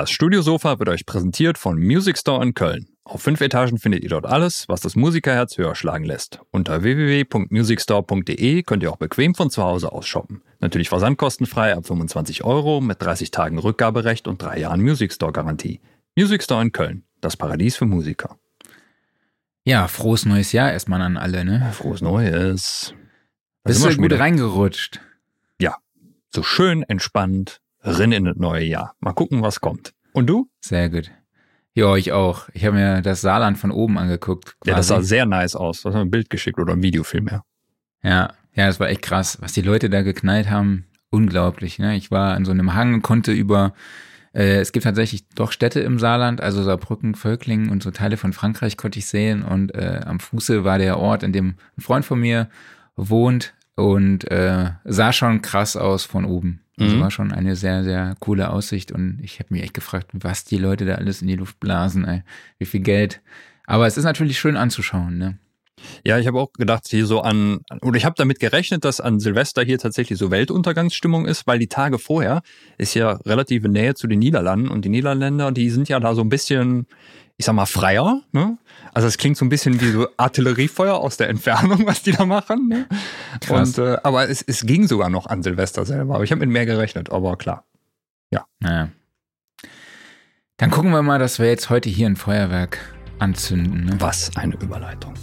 Das Studiosofa wird euch präsentiert von Music Store in Köln. Auf 5 Etagen findet ihr dort alles, was das Musikerherz höher schlagen lässt. Unter www.musicstore.de könnt ihr auch bequem von zu Hause aus shoppen. Natürlich versandkostenfrei ab 25 € mit 30 Tagen Rückgaberecht und 3 Jahren Music Store Garantie. Music Store in Köln, das Paradies für Musiker. Ja, frohes neues Jahr erstmal an alle, ne? Frohes Neues. Bist du gut reingerutscht? Ja, so schön entspannt, rein in das neue Jahr. Mal gucken, was kommt. Und du? Sehr gut. Ja, ich auch. Ich habe mir das Saarland von oben angeguckt. Quasi. Ja, das sah sehr nice aus. Du hast mir ein Bild geschickt oder ein Video vielmehr. Ja, das war echt krass. Was die Leute da geknallt haben, unglaublich. Ne? Ich war an so einem Hang und konnte es gibt tatsächlich doch Städte im Saarland, also Saarbrücken, Völklingen und so Teile von Frankreich konnte ich sehen. Und am Fuße war der Ort, in dem ein Freund von mir wohnt und sah schon krass aus von oben. Also war schon eine sehr, sehr coole Aussicht und ich habe mich echt gefragt, was die Leute da alles in die Luft blasen, ey. Wie viel Geld. Aber es ist natürlich schön anzuschauen, ne? Ja, ich habe auch gedacht, hier so oder ich habe damit gerechnet, dass an Silvester hier tatsächlich so Weltuntergangsstimmung ist, weil die Tage vorher ist ja relative Nähe zu den Niederlanden und die Niederländer, die sind ja da so ein bisschen, ich sag mal, freier, ne? Also es klingt so ein bisschen wie so Artilleriefeuer aus der Entfernung, was die da machen, ne? Krass. Und, aber es ging sogar noch an Silvester selber, aber ich habe mit mehr gerechnet, aber klar. Ja. Naja. Dann gucken wir mal, dass wir jetzt heute hier ein Feuerwerk anzünden, ne? Was eine Überleitung.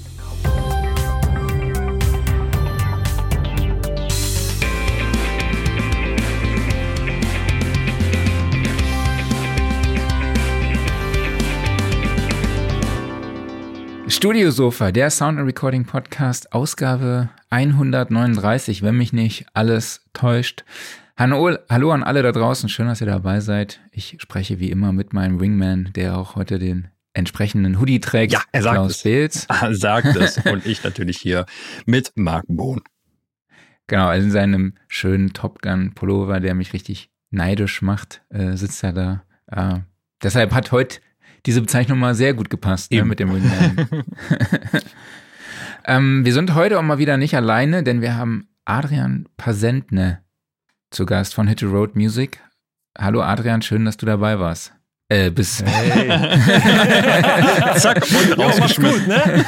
Studiosofa, der Sound and Recording Podcast, Ausgabe 139, wenn mich nicht alles täuscht. Hallo an alle da draußen, schön, dass ihr dabei seid. Ich spreche wie immer mit meinem Wingman, der auch heute den entsprechenden Hoodie trägt. Ja, er sagt Klaus Beetz. Er sagt es. Und ich natürlich hier mit Marc Bohn. Genau, also in seinem schönen Top Gun Pullover, der mich richtig neidisch macht, sitzt er da. Deshalb hat heute diese Bezeichnung mal sehr gut gepasst, ne, mit dem Wingman. Wir sind heute auch mal wieder nicht alleine, denn wir haben Adrian Pasentne zu Gast von Hit the Road Music. Hallo Adrian, schön, dass du dabei warst. Bis. Hey. Zack, und rausgeschmissen. Gut, ne?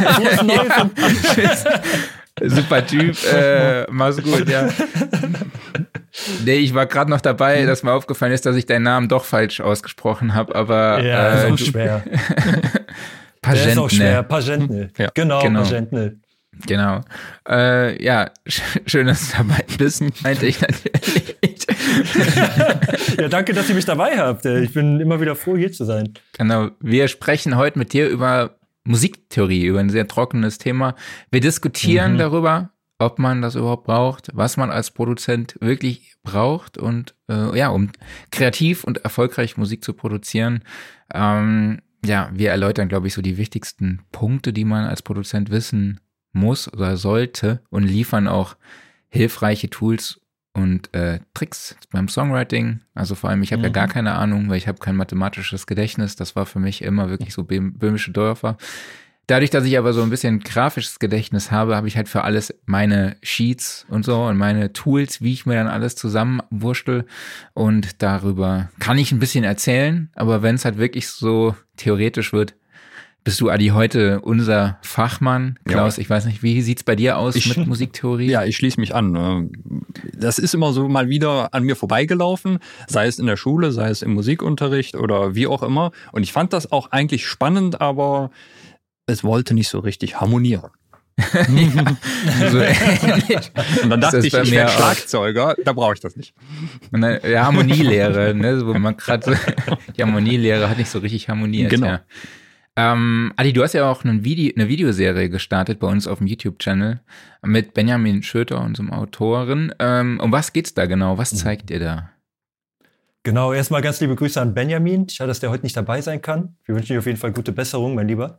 Super Typ, mach's gut, ja. Nee, ich war gerade noch dabei, dass mir aufgefallen ist, dass ich deinen Namen doch falsch ausgesprochen habe, aber ja, ist auch schwer. Der ist auch schwer, Pasentne. Ja. Genau. Pasentne. Genau. Ja, schön, dass du dabei bist, meinte ich natürlich. Ja, danke, dass ihr mich dabei habt. Ich bin immer wieder froh, hier zu sein. Genau. Wir sprechen heute mit dir über Musiktheorie, über ein sehr trockenes Thema. Wir diskutieren darüber, ob man das überhaupt braucht, was man als Produzent wirklich braucht und um kreativ und erfolgreich Musik zu produzieren. Wir erläutern, glaube ich, so die wichtigsten Punkte, die man als Produzent wissen muss oder sollte und liefern auch hilfreiche Tools und Tricks beim Songwriting. Also vor allem, ich habe ja gar keine Ahnung, weil ich habe kein mathematisches Gedächtnis. Das war für mich immer wirklich so böhmische Dörfer. Dadurch, dass ich aber so ein bisschen grafisches Gedächtnis habe, habe ich halt für alles meine Sheets und so und meine Tools, wie ich mir dann alles zusammenwurschtel. Und darüber kann ich ein bisschen erzählen, aber wenn es halt wirklich so theoretisch wird, bist du, Adi, heute unser Fachmann. Klaus, Ich weiß nicht, wie sieht's bei dir aus mit Musiktheorie? Ja, ich schließe mich an. Das ist immer so mal wieder an mir vorbeigelaufen, sei es in der Schule, sei es im Musikunterricht oder wie auch immer. Und ich fand das auch eigentlich spannend, aber es wollte nicht so richtig harmonieren. So ähnlich. Und dann dachte ich werde Schlagzeuger, da brauche ich das nicht. Und dann, ja, Harmonielehre, ne, wo man gerade die Harmonielehre hat nicht so richtig harmoniert. Genau. Ja. Adi, du hast ja auch eine Videoserie gestartet bei uns auf dem YouTube-Channel mit Benjamin Schöter, unserem Autorin. Um was geht's da genau? Was zeigt ihr da? Genau, erstmal ganz liebe Grüße an Benjamin. Schade, dass der heute nicht dabei sein kann. Wir wünschen dir auf jeden Fall gute Besserung, mein Lieber.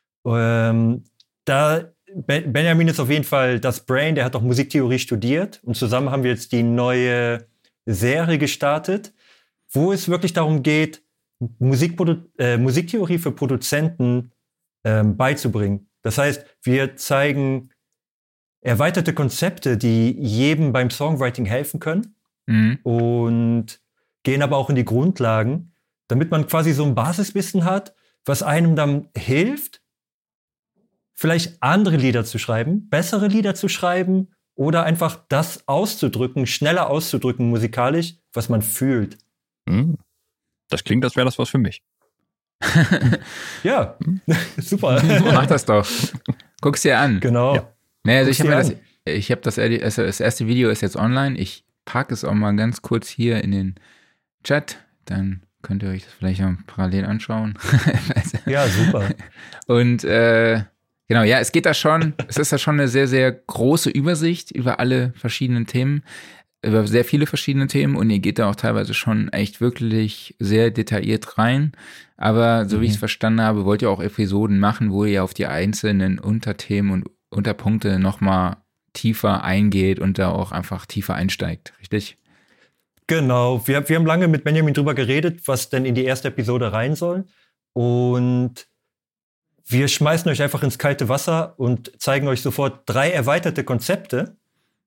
Benjamin ist auf jeden Fall das Brain, der hat auch Musiktheorie studiert. Und zusammen haben wir jetzt die neue Serie gestartet, wo es wirklich darum geht, Musiktheorie für Produzenten beizubringen. Das heißt, wir zeigen erweiterte Konzepte, die jedem beim Songwriting helfen können und gehen aber auch in die Grundlagen, damit man quasi so ein Basiswissen hat, was einem dann hilft, vielleicht andere Lieder zu schreiben, bessere Lieder zu schreiben oder einfach das auszudrücken, schneller auszudrücken musikalisch, was man fühlt. Das klingt, als wäre das was für mich. Ja, super. Mach das doch. Guck's dir an. Genau. Ja. Naja, also ich habe das erste Video ist jetzt online. Ich packe es auch mal ganz kurz hier in den Chat. Dann könnt ihr euch das vielleicht noch parallel anschauen. Ja, super. Und genau, ja, es ist da schon eine sehr, sehr große Übersicht über alle verschiedenen Themen, über sehr viele verschiedene Themen und ihr geht da auch teilweise schon echt wirklich sehr detailliert rein. Aber so wie ich es verstanden habe, wollt ihr auch Episoden machen, wo ihr auf die einzelnen Unterthemen und Unterpunkte nochmal tiefer eingeht und da auch einfach tiefer einsteigt, richtig? Genau, wir haben lange mit Benjamin drüber geredet, was denn in die erste Episode rein soll. Und wir schmeißen euch einfach ins kalte Wasser und zeigen euch sofort 3 erweiterte Konzepte,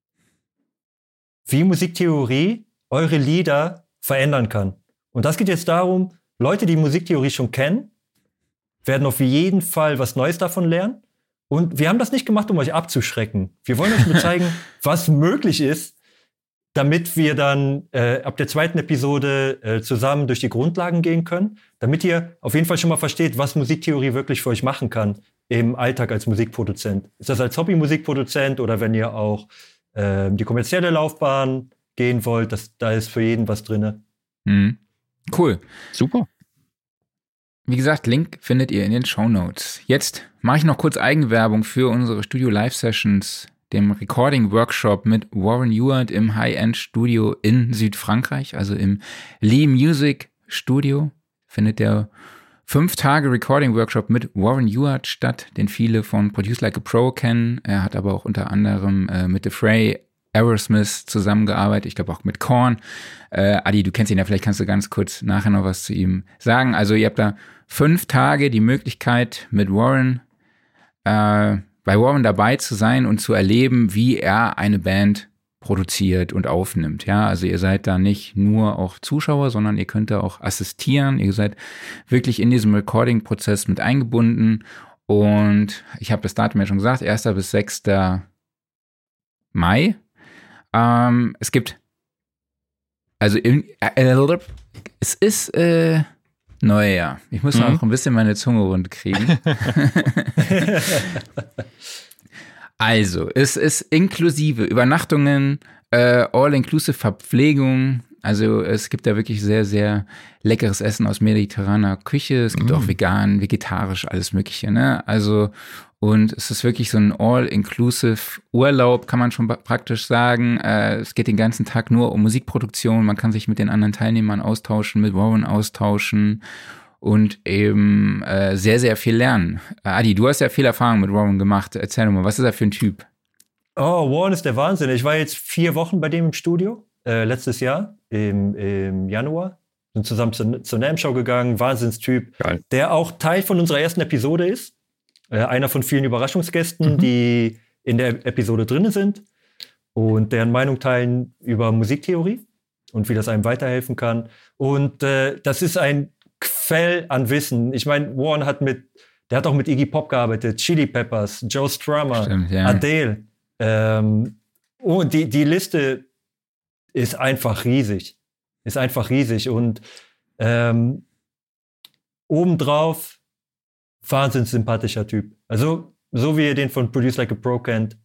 wie Musiktheorie eure Lieder verändern kann. Und das geht jetzt darum, Leute, die Musiktheorie schon kennen, werden auf jeden Fall was Neues davon lernen. Und wir haben das nicht gemacht, um euch abzuschrecken. Wir wollen euch nur zeigen, was möglich ist, damit wir dann ab der 2. Episode zusammen durch die Grundlagen gehen können, damit ihr auf jeden Fall schon mal versteht, was Musiktheorie wirklich für euch machen kann im Alltag als Musikproduzent. Ist das als Hobby-Musikproduzent oder wenn ihr auch die kommerzielle Laufbahn gehen wollt, da ist für jeden was drin. Cool. Super. Wie gesagt, Link findet ihr in den Shownotes. Jetzt mache ich noch kurz Eigenwerbung für unsere Studio-Live-Sessions, dem Recording-Workshop mit Warren Ewart im High-End-Studio in Südfrankreich, also im Lee Music Studio, findet der 5-Tage-Recording-Workshop mit Warren Ewart statt, den viele von Produce Like a Pro kennen. Er hat aber auch unter anderem mit The Fray, Aerosmith zusammengearbeitet, ich glaube auch mit Korn. Adi, du kennst ihn ja, vielleicht kannst du ganz kurz nachher noch was zu ihm sagen. Also ihr habt da 5 Tage die Möglichkeit mit Warren, bei Warren dabei zu sein und zu erleben, wie er eine Band produziert und aufnimmt. Ja, also ihr seid da nicht nur auch Zuschauer, sondern ihr könnt da auch assistieren. Ihr seid wirklich in diesem Recording-Prozess mit eingebunden. Und ich habe das Datum ja schon gesagt, 1. bis 6. Mai. Es gibt, also es ist Neujahr. Ich muss noch ein bisschen meine Zunge rund kriegen. Also, es ist inklusive Übernachtungen, all-inclusive Verpflegung. Also es gibt da wirklich sehr, sehr leckeres Essen aus mediterraner Küche. Es gibt auch vegan, vegetarisch, alles Mögliche, ne? Also, und es ist wirklich so ein all-inclusive Urlaub, kann man schon praktisch sagen. Es geht den ganzen Tag nur um Musikproduktion. Man kann sich mit den anderen Teilnehmern austauschen, mit Warren austauschen und eben sehr, sehr viel lernen. Adi, du hast ja viel Erfahrung mit Warren gemacht. Erzähl doch mal, was ist er für ein Typ? Oh, Warren ist der Wahnsinn. Ich war jetzt 4 Wochen bei dem im Studio, letztes Jahr, im Januar. Sind zusammen zur NAMM-Show gegangen, Wahnsinnstyp. Geil. Der auch Teil von unserer ersten Episode ist. Einer von vielen Überraschungsgästen, die in der Episode drin sind und deren Meinung teilen über Musiktheorie und wie das einem weiterhelfen kann. Und das ist ein Quell an Wissen. Ich meine, Warren der hat auch mit Iggy Pop gearbeitet, Chili Peppers, Joe Strummer, stimmt, ja. Adele. Und die Liste ist einfach riesig. Und obendrauf wahnsinnig sympathischer Typ. Also, so wie ihr den von Produce Like a Pro kennt,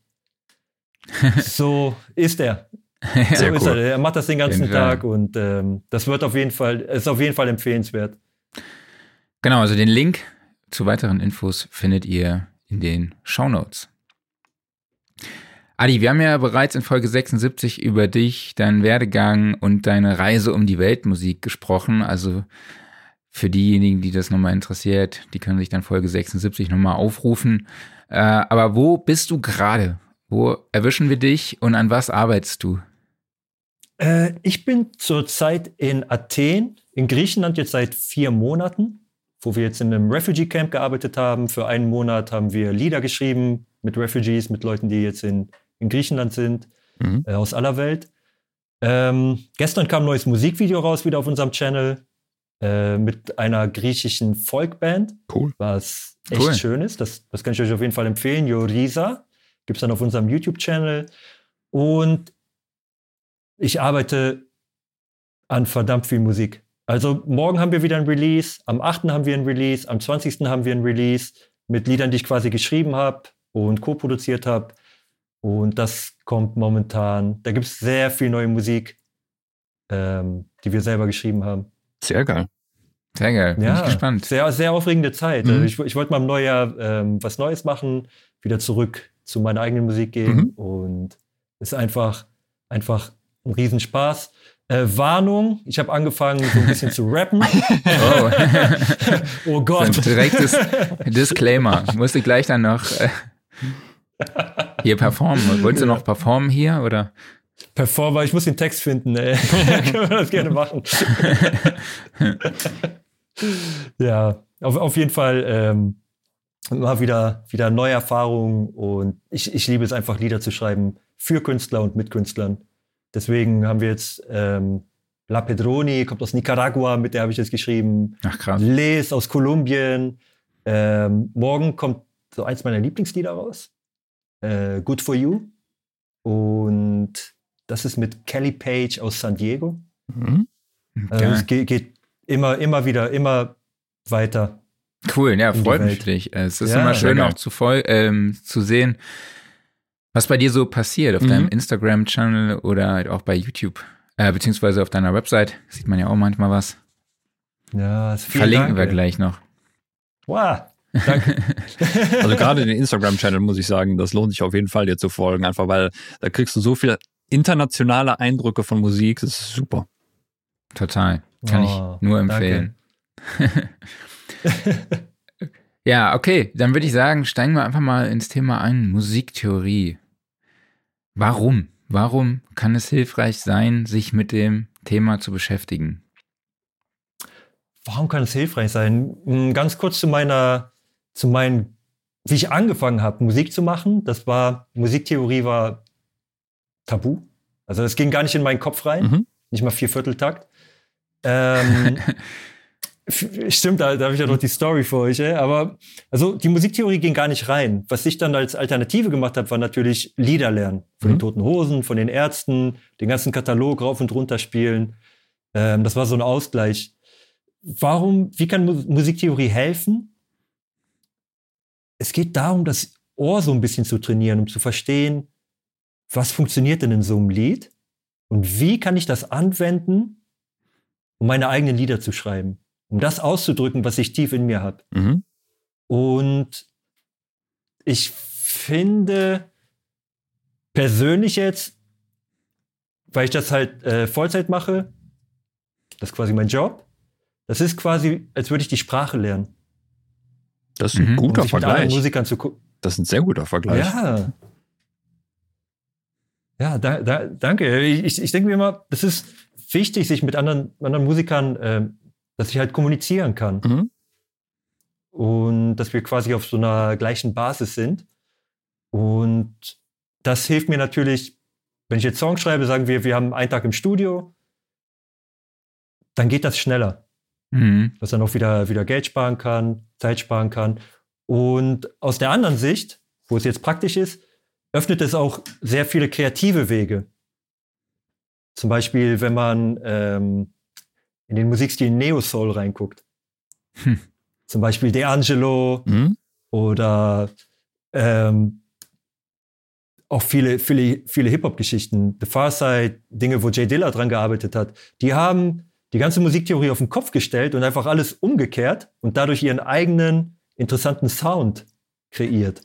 so ist er. So ist er. Er macht das den ganzen Tag und das ist auf jeden Fall empfehlenswert. Genau, also den Link zu weiteren Infos findet ihr in den Shownotes. Adi, wir haben ja bereits in Folge 76 über dich, deinen Werdegang und deine Reise um die Weltmusik gesprochen. Also für diejenigen, die das nochmal interessiert, die können sich dann Folge 76 nochmal aufrufen. Aber wo bist du gerade? Wo erwischen wir dich und an was arbeitest du? Ich bin zurzeit in Athen, in Griechenland jetzt seit 4 Monaten, wo wir jetzt in einem Refugee-Camp gearbeitet haben. Für 1 Monat haben wir Lieder geschrieben mit Refugees, mit Leuten, die jetzt in Griechenland sind, aus aller Welt. Gestern kam ein neues Musikvideo raus, wieder auf unserem Channel. mit einer griechischen Folkband. Cool. Was echt schön ist. Das kann ich euch auf jeden Fall empfehlen. Yorisa. Gibt es dann auf unserem YouTube-Channel. Und ich arbeite an verdammt viel Musik. Also morgen haben wir wieder ein Release, am 8. haben wir ein Release, am 20. haben wir ein Release mit Liedern, die ich quasi geschrieben habe und co-produziert habe. Und das kommt momentan, da gibt es sehr viel neue Musik, die wir selber geschrieben haben. Sehr geil. Sehr geil, bin ich gespannt. Sehr, sehr aufregende Zeit. Mhm. Ich wollte mal im Neujahr was Neues machen, wieder zurück zu meiner eigenen Musik gehen und es ist einfach ein Riesenspaß. Warnung, ich habe angefangen, so ein bisschen zu rappen. Oh Gott. So ein direktes Disclaimer. Musst du gleich dann noch hier performen. Wolltest du noch performen hier, oder? Performer, ich muss den Text finden. Können wir das gerne machen. Ja, auf jeden Fall mal wieder neue Erfahrungen und ich liebe es einfach, Lieder zu schreiben für Künstler und mit Künstlern. Deswegen haben wir jetzt La Pedroni, kommt aus Nicaragua, mit der habe ich jetzt geschrieben. Ach krass. Les aus Kolumbien. Morgen kommt so eins meiner Lieblingslieder raus. Good For You. Und das ist mit Kelly Page aus San Diego. Mhm. Also es geht immer wieder weiter. Cool, ja, freut mich für dich. Es ist immer schön auch zu sehen, was bei dir so passiert auf deinem Instagram-Channel oder auch bei YouTube, beziehungsweise auf deiner Website. Sieht man ja auch manchmal was. Ja, verlinken wir gleich noch. Wow, danke. Also gerade den Instagram-Channel, muss ich sagen, das lohnt sich auf jeden Fall, dir zu folgen, einfach weil da kriegst du so viele internationale Eindrücke von Musik, das ist super. Total, kann ich nur empfehlen. Ja, okay, dann würde ich sagen, steigen wir einfach mal ins Thema ein, Musiktheorie. Warum? Warum kann es hilfreich sein, sich mit dem Thema zu beschäftigen? Warum kann es hilfreich sein? Ganz kurz zu meinen, wie ich angefangen habe, Musik zu machen. Musiktheorie war tabu. Also es ging gar nicht in meinen Kopf rein. Nicht mal 4/4-Takt. Stimmt, da habe ich ja noch die Story für euch. Aber also die Musiktheorie ging gar nicht rein. Was ich dann als Alternative gemacht habe, war natürlich Lieder lernen. Von den Toten Hosen, von den Ärzten, den ganzen Katalog rauf und runter spielen. Das war so ein Ausgleich. Wie kann Musiktheorie helfen? Es geht darum, das Ohr so ein bisschen zu trainieren, um zu verstehen, was funktioniert denn in so einem Lied und wie kann ich das anwenden, um meine eigenen Lieder zu schreiben, um das auszudrücken, was ich tief in mir habe. Und ich finde persönlich jetzt, weil ich das halt Vollzeit mache, das ist quasi mein Job, das ist quasi, als würde ich die Sprache lernen. Das ist ein guter Vergleich. Musikern Das ist ein sehr guter Vergleich. Ja, danke. Ich denke mir immer, das ist wichtig, sich mit anderen Musikern, dass ich halt kommunizieren kann. Und dass wir quasi auf so einer gleichen Basis sind. Und das hilft mir natürlich, wenn ich jetzt Songs schreibe, sagen wir haben einen Tag im Studio, dann geht das schneller. Dass dann auch wieder Geld sparen kann, Zeit sparen kann. Und aus der anderen Sicht, wo es jetzt praktisch ist, öffnet es auch sehr viele kreative Wege. Zum Beispiel, wenn man in den Musikstil Neo-Soul reinguckt. Zum Beispiel D'Angelo oder auch viele Hip-Hop-Geschichten. The Pharcyde, Dinge, wo Jay Dilla dran gearbeitet hat. Die haben die ganze Musiktheorie auf den Kopf gestellt und einfach alles umgekehrt und dadurch ihren eigenen interessanten Sound kreiert.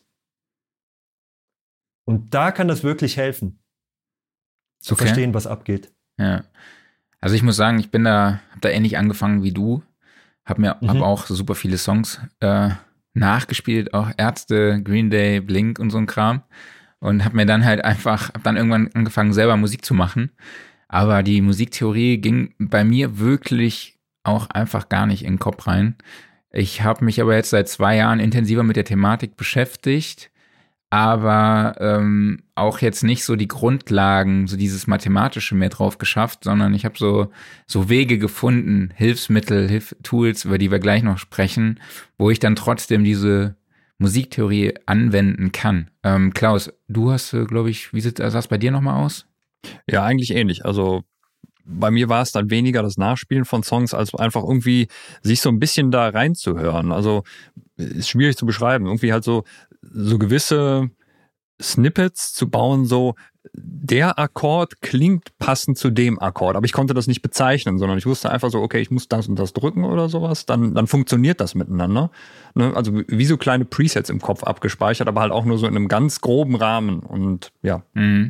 Und da kann das wirklich helfen, zu verstehen, was abgeht. Ja. Also ich muss sagen, habe da ähnlich angefangen wie du. Hab auch super viele Songs nachgespielt, auch Ärzte, Green Day, Blink und so ein Kram. Und hab dann irgendwann angefangen, selber Musik zu machen. Aber die Musiktheorie ging bei mir wirklich auch einfach gar nicht in den Kopf rein. Ich habe mich aber jetzt seit 2 Jahren intensiver mit der Thematik beschäftigt, aber auch jetzt nicht so die Grundlagen, so dieses Mathematische mehr drauf geschafft, sondern ich habe so Wege gefunden, Hilfsmittel, Tools, über die wir gleich noch sprechen, wo ich dann trotzdem diese Musiktheorie anwenden kann. Klaus, du hast, glaube ich, wie sah es bei dir nochmal aus? Ja, eigentlich ähnlich. Also bei mir war es dann weniger das Nachspielen von Songs, als einfach irgendwie sich so ein bisschen da reinzuhören. Also ist schwierig zu beschreiben. Irgendwie halt so gewisse Snippets zu bauen, so der Akkord klingt passend zu dem Akkord, aber ich konnte das nicht bezeichnen, sondern ich wusste einfach so, okay, ich muss das und das drücken oder sowas, dann funktioniert das miteinander. Ne? Also wie so kleine Presets im Kopf abgespeichert, aber halt auch nur so in einem ganz groben Rahmen und ja. Mhm.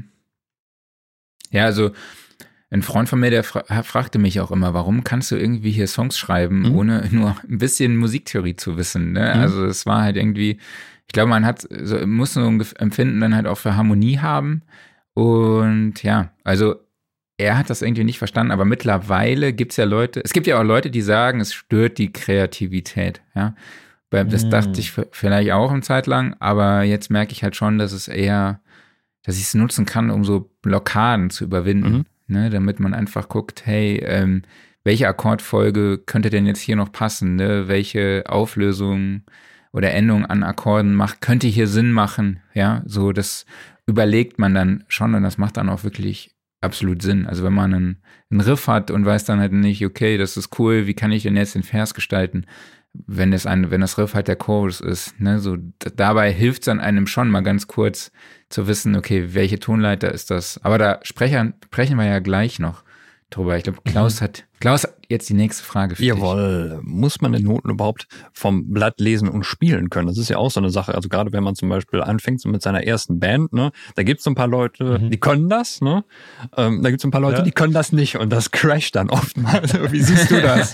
Ja, also ein Freund von mir, der fragte mich auch immer, warum kannst du irgendwie hier Songs schreiben, ohne nur ein bisschen Musiktheorie zu wissen, ne? Also es war halt irgendwie, ich glaube, man muss so ein Empfinden dann halt auch für Harmonie haben. Und ja, also er hat das irgendwie nicht verstanden, aber mittlerweile gibt es ja auch Leute, die sagen, es stört die Kreativität, ja. Das dachte ich vielleicht auch eine Zeit lang, aber jetzt merke ich halt schon, dass ich es nutzen kann, um so Blockaden zu überwinden, ne? Damit man einfach guckt, hey, welche Akkordfolge könnte denn jetzt hier noch passen, ne? Welche Auflösung oder Endung an Akkorden könnte hier Sinn machen, ja, so das überlegt man dann schon und das macht dann auch wirklich absolut Sinn. Also wenn man einen Riff hat und weiß dann halt nicht, okay, das ist cool, wie kann ich denn jetzt den Vers gestalten, wenn das Riff halt der Chorus ist, ne, so dabei hilft es dann einem schon mal ganz kurz zu wissen, okay, welche Tonleiter ist das? Aber da sprechen wir ja gleich noch drüber. Ich glaube, Klaus hat jetzt die nächste Frage für dich. Jawohl. Muss man den Noten überhaupt vom Blatt lesen und spielen können? Das ist ja auch so eine Sache. Also gerade wenn man zum Beispiel anfängt so mit seiner ersten Band, ne, da gibt es so ein paar Leute, die können das, ne? Da gibt es ein paar Leute, die können das nicht und das crasht dann oftmals. Wie siehst du das?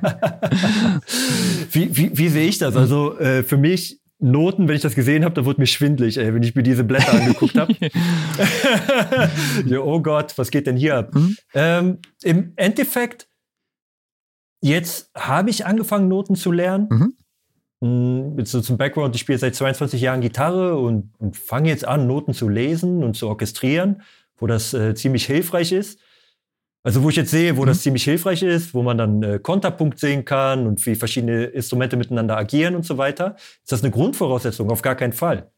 Wie sehe ich das? Also für mich Noten, wenn ich das gesehen habe, da wurde mir schwindelig, wenn ich mir diese Blätter angeguckt habe. Ja, oh Gott, was geht denn hier ab? Im Endeffekt, jetzt habe ich angefangen, Noten zu lernen. Jetzt so zum Background, ich spiele seit 22 Jahren Gitarre und fange jetzt an, Noten zu lesen und zu orchestrieren, wo das ziemlich hilfreich ist. Also wo ich jetzt sehe, wo das ziemlich hilfreich ist, wo man dann Konterpunkt sehen kann und wie verschiedene Instrumente miteinander agieren und so weiter, ist das eine Grundvoraussetzung? Auf gar keinen Fall.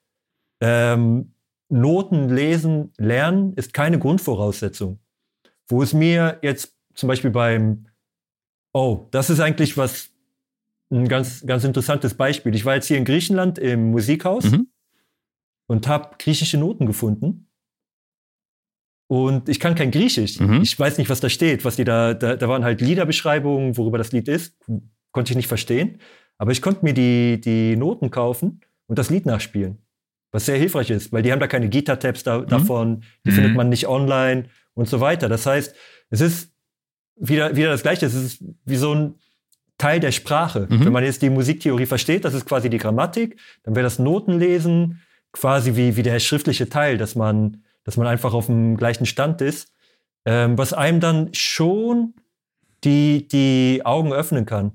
Noten lesen, lernen ist keine Grundvoraussetzung. Wo es mir jetzt zum Beispiel das ist eigentlich ein ganz, ganz interessantes Beispiel. Ich war jetzt hier in Griechenland im Musikhaus und habe griechische Noten gefunden. Und ich kann kein Griechisch. Ich weiß nicht, was da steht, was da waren halt Liederbeschreibungen, worüber das Lied ist. Konnte ich nicht verstehen. Aber ich konnte mir die Noten kaufen und das Lied nachspielen. Was sehr hilfreich ist, weil die haben da keine Guitar-Tabs davon, die findet man nicht online und so weiter. Das heißt, es ist wieder das Gleiche. Es ist wie so ein Teil der Sprache. Wenn man jetzt die Musiktheorie versteht, das ist quasi die Grammatik, dann wäre das Notenlesen quasi wie der schriftliche Teil, dass man einfach auf dem gleichen Stand ist, was einem dann schon die Augen öffnen kann.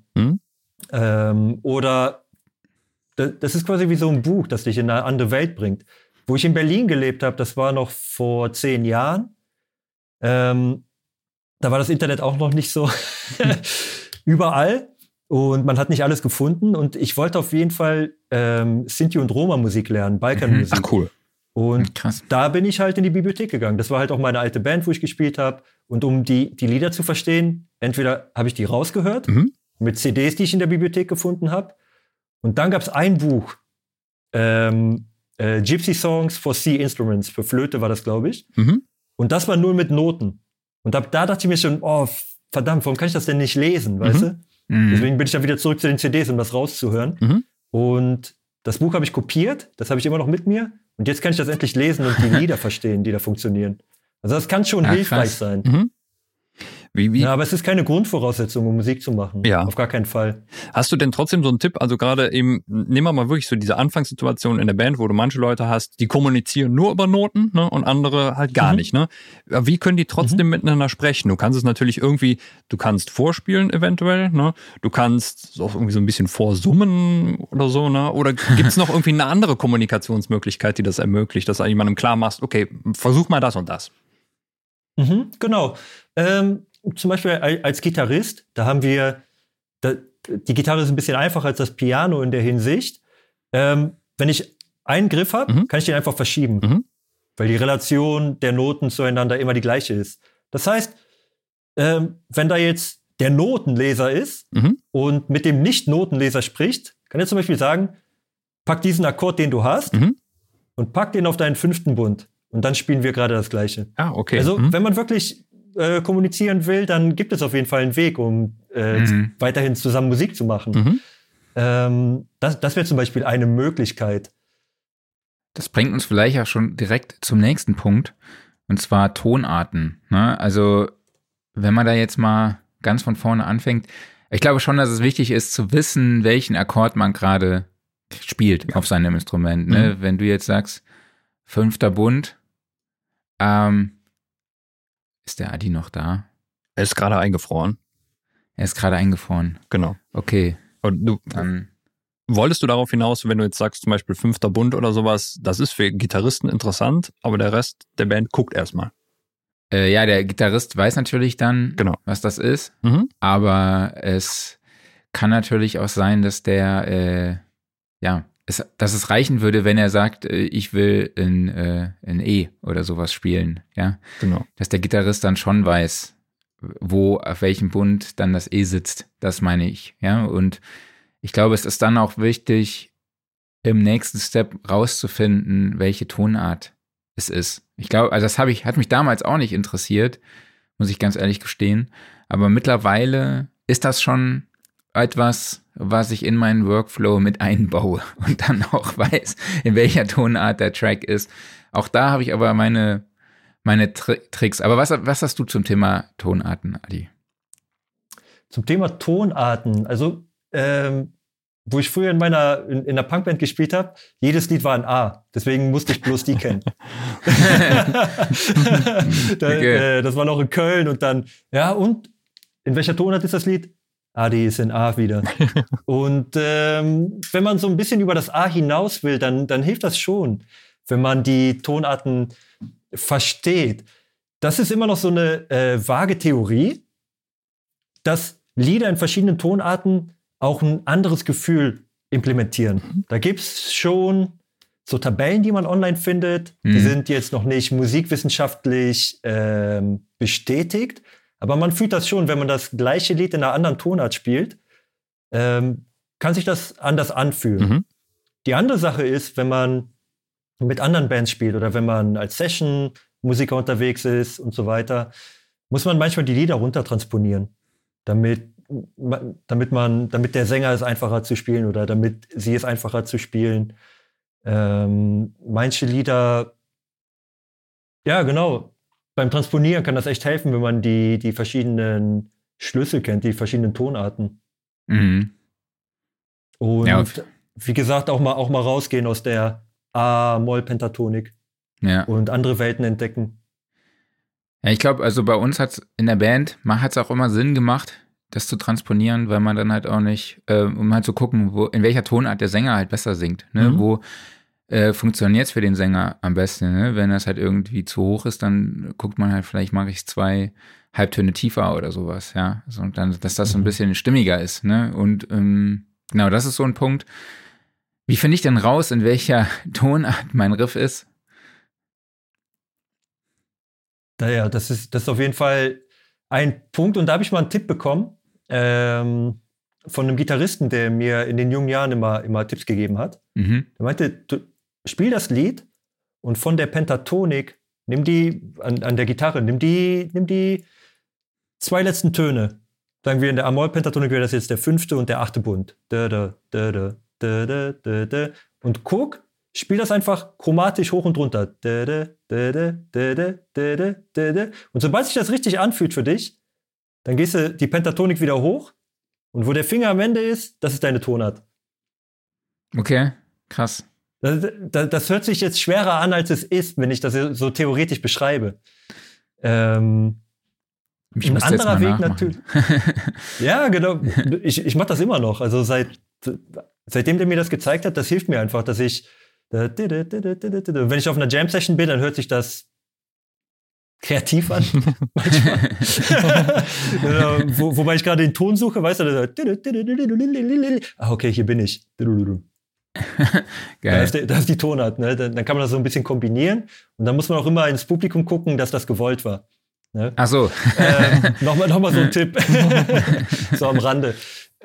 Oder das ist quasi wie so ein Buch, das dich in eine andere Welt bringt. Wo ich in Berlin gelebt habe, das war noch vor 10 Jahren, da war das Internet auch noch nicht so überall und man hat nicht alles gefunden und ich wollte auf jeden Fall Sinti- und Roma-Musik lernen, Balkanmusik. Ach cool. Und da bin ich halt in die Bibliothek gegangen. Das war halt auch meine alte Band, wo ich gespielt habe. Und um die Lieder zu verstehen, entweder habe ich die rausgehört, mit CDs, die ich in der Bibliothek gefunden habe. Und dann gab es ein Buch, Gypsy Songs for Sea Instruments, für Flöte war das, glaube ich. Und das war nur mit Noten. Und da dachte ich mir schon, oh, verdammt, warum kann ich das denn nicht lesen, weißt du? Deswegen bin ich dann wieder zurück zu den CDs, um das rauszuhören. Und das Buch habe ich kopiert, das habe ich immer noch mit mir. Und jetzt kann ich das endlich lesen und die Lieder verstehen, die da funktionieren. Also das kann schon hilfreich sein. Ja, aber es ist keine Grundvoraussetzung, um Musik zu machen. Ja. Auf gar keinen Fall. Hast du denn trotzdem so einen Tipp? Also gerade eben, nehmen wir mal wirklich so diese Anfangssituation in der Band, wo du manche Leute hast, die kommunizieren nur über Noten, ne, und andere halt gar nicht, ne? Wie können die trotzdem miteinander sprechen? Du kannst es natürlich irgendwie, du kannst vorspielen eventuell, ne? Du kannst auch irgendwie so ein bisschen vorsummen oder so, ne? Oder gibt's noch irgendwie eine andere Kommunikationsmöglichkeit, die das ermöglicht, dass du jemandem klar machst, okay, versuch mal das und das. Genau. Zum Beispiel als Gitarrist, da haben wir, die Gitarre ist ein bisschen einfacher als das Piano in der Hinsicht. Wenn ich einen Griff habe, kann ich den einfach verschieben, weil die Relation der Noten zueinander immer die gleiche ist. Das heißt, wenn da jetzt der Notenleser ist und mit dem Nicht-Notenleser spricht, kann er zum Beispiel sagen, pack diesen Akkord, den du hast, und pack den auf deinen 5. Bund. Und dann spielen wir gerade das Gleiche. Ah, okay. Also, wenn man wirklich kommunizieren will, dann gibt es auf jeden Fall einen Weg, um weiterhin zusammen Musik zu machen. Das wäre zum Beispiel eine Möglichkeit. Das bringt uns vielleicht auch schon direkt zum nächsten Punkt, und zwar Tonarten. Ne? Also, wenn man da jetzt mal ganz von vorne anfängt, ich glaube schon, dass es wichtig ist, zu wissen, welchen Akkord man gerade spielt auf seinem Instrument. Ne? Wenn du jetzt sagst, 5. Bund, ist der Adi noch da? Er ist gerade eingefroren. Genau. Okay. Und dann wolltest du darauf hinaus, wenn du jetzt sagst, zum Beispiel 5. Bund oder sowas, das ist für Gitarristen interessant, aber der Rest der Band guckt erstmal. Ja, der Gitarrist weiß natürlich dann, was das ist, aber es kann natürlich auch sein, dass dass es reichen würde, wenn er sagt, ich will in E oder sowas spielen, ja. Genau. Dass der Gitarrist dann schon weiß, wo, auf welchem Bund dann das E sitzt, das meine ich, ja. Und ich glaube, es ist dann auch wichtig, im nächsten Step rauszufinden, welche Tonart es ist. Ich glaube, also das hat mich damals auch nicht interessiert, muss ich ganz ehrlich gestehen. Aber mittlerweile ist das schon etwas, was ich in meinen Workflow mit einbaue und dann auch weiß, in welcher Tonart der Track ist. Auch da habe ich aber meine Tricks. Aber was hast du zum Thema Tonarten, Adi? Zum Thema Tonarten, also wo ich früher in der Punkband gespielt habe, jedes Lied war ein A. Deswegen musste ich bloß die kennen. Das war noch in Köln und dann, ja, und in welcher Tonart ist das Lied? Die ist in A wieder. Und wenn man so ein bisschen über das A hinaus will, dann hilft das schon, wenn man die Tonarten versteht. Das ist immer noch so eine vage Theorie, dass Lieder in verschiedenen Tonarten auch ein anderes Gefühl implementieren. Da gibt's schon so Tabellen, die man online findet. Die sind jetzt noch nicht musikwissenschaftlich bestätigt, aber man fühlt das schon, wenn man das gleiche Lied in einer anderen Tonart spielt, kann sich das anders anfühlen. Die andere Sache ist, wenn man mit anderen Bands spielt oder wenn man als Session-Musiker unterwegs ist und so weiter, muss man manchmal die Lieder runtertransponieren, damit der Sänger es einfacher zu spielen oder damit sie es einfacher zu spielen. Manche Lieder, ja genau, beim Transponieren kann das echt helfen, wenn man die verschiedenen Schlüssel kennt, die verschiedenen Tonarten. Und wie gesagt, auch mal rausgehen aus der A-Moll-Pentatonik und andere Welten entdecken. Ja, ich glaube, also bei uns hat's in der Band, hat's auch immer Sinn gemacht, das zu transponieren, weil man dann halt auch nicht, um halt zu gucken, in welcher Tonart der Sänger halt besser singt, ne? Wo funktioniert es für den Sänger am besten, ne? Wenn das halt irgendwie zu hoch ist, dann guckt man halt, vielleicht mache ich 2 Halbtöne tiefer oder sowas, ja. So, und dann, dass das so ein bisschen stimmiger ist, ne? Und genau, das ist so ein Punkt. Wie finde ich denn raus, in welcher Tonart mein Riff ist? Naja, das ist auf jeden Fall ein Punkt. Und da habe ich mal einen Tipp bekommen von einem Gitarristen, der mir in den jungen Jahren immer Tipps gegeben hat. Der meinte, spiel das Lied und von der Pentatonik, nimm die an der Gitarre, nimm die 2 letzten Töne. Sagen wir, in der A-Moll-Pentatonik wäre das jetzt der 5. und der 8. Bund. Und guck, spiel das einfach chromatisch hoch und runter. Und sobald sich das richtig anfühlt für dich, dann gehst du die Pentatonik wieder hoch und wo der Finger am Ende ist, das ist deine Tonart. Okay, krass. Das hört sich jetzt schwerer an, als es ist, wenn ich das so theoretisch beschreibe. Ein anderer Weg natürlich. Ja, genau. Ich mache das immer noch. Also seitdem der mir das gezeigt hat, das hilft mir einfach, dass ich wenn ich auf einer Jam-Session bin, dann hört sich das kreativ an. Manchmal. Wobei ich gerade den Ton suche, weißt du, okay, hier bin ich. Geil. Da ist die Tonart, ne? Dann kann man das so ein bisschen kombinieren und dann muss man auch immer ins Publikum gucken, dass das gewollt war. Ne? Ach so. Nochmal so ein Tipp. So am Rande.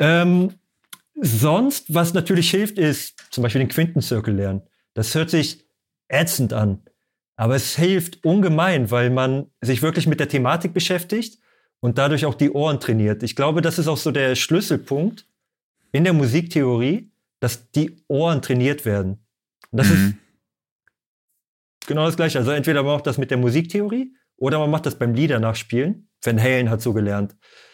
Sonst, was natürlich hilft, ist zum Beispiel den Quintenzirkel lernen. Das hört sich ätzend an, aber es hilft ungemein, weil man sich wirklich mit der Thematik beschäftigt und dadurch auch die Ohren trainiert. Ich glaube, das ist auch so der Schlüsselpunkt in der Musiktheorie, dass die Ohren trainiert werden. Und das ist genau das Gleiche. Also entweder man macht das mit der Musiktheorie oder man macht das beim Lieder nachspielen. Van Halen hat so gelernt.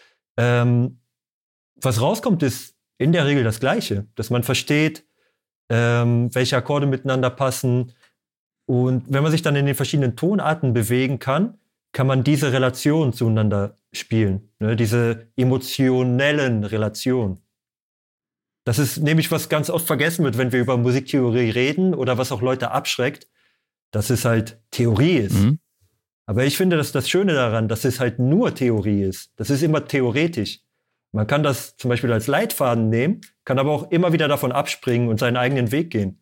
Was rauskommt, ist in der Regel das Gleiche. Dass man versteht, welche Akkorde miteinander passen. Und wenn man sich dann in den verschiedenen Tonarten bewegen kann, kann man diese Relationen zueinander spielen. Ne? Diese emotionellen Relationen. Das ist nämlich, was ganz oft vergessen wird, wenn wir über Musiktheorie reden oder was auch Leute abschreckt, dass es halt Theorie ist. Mhm. Aber ich finde, dass das Schöne daran, dass es halt nur Theorie ist. Das ist immer theoretisch. Man kann das zum Beispiel als Leitfaden nehmen, kann aber auch immer wieder davon abspringen und seinen eigenen Weg gehen.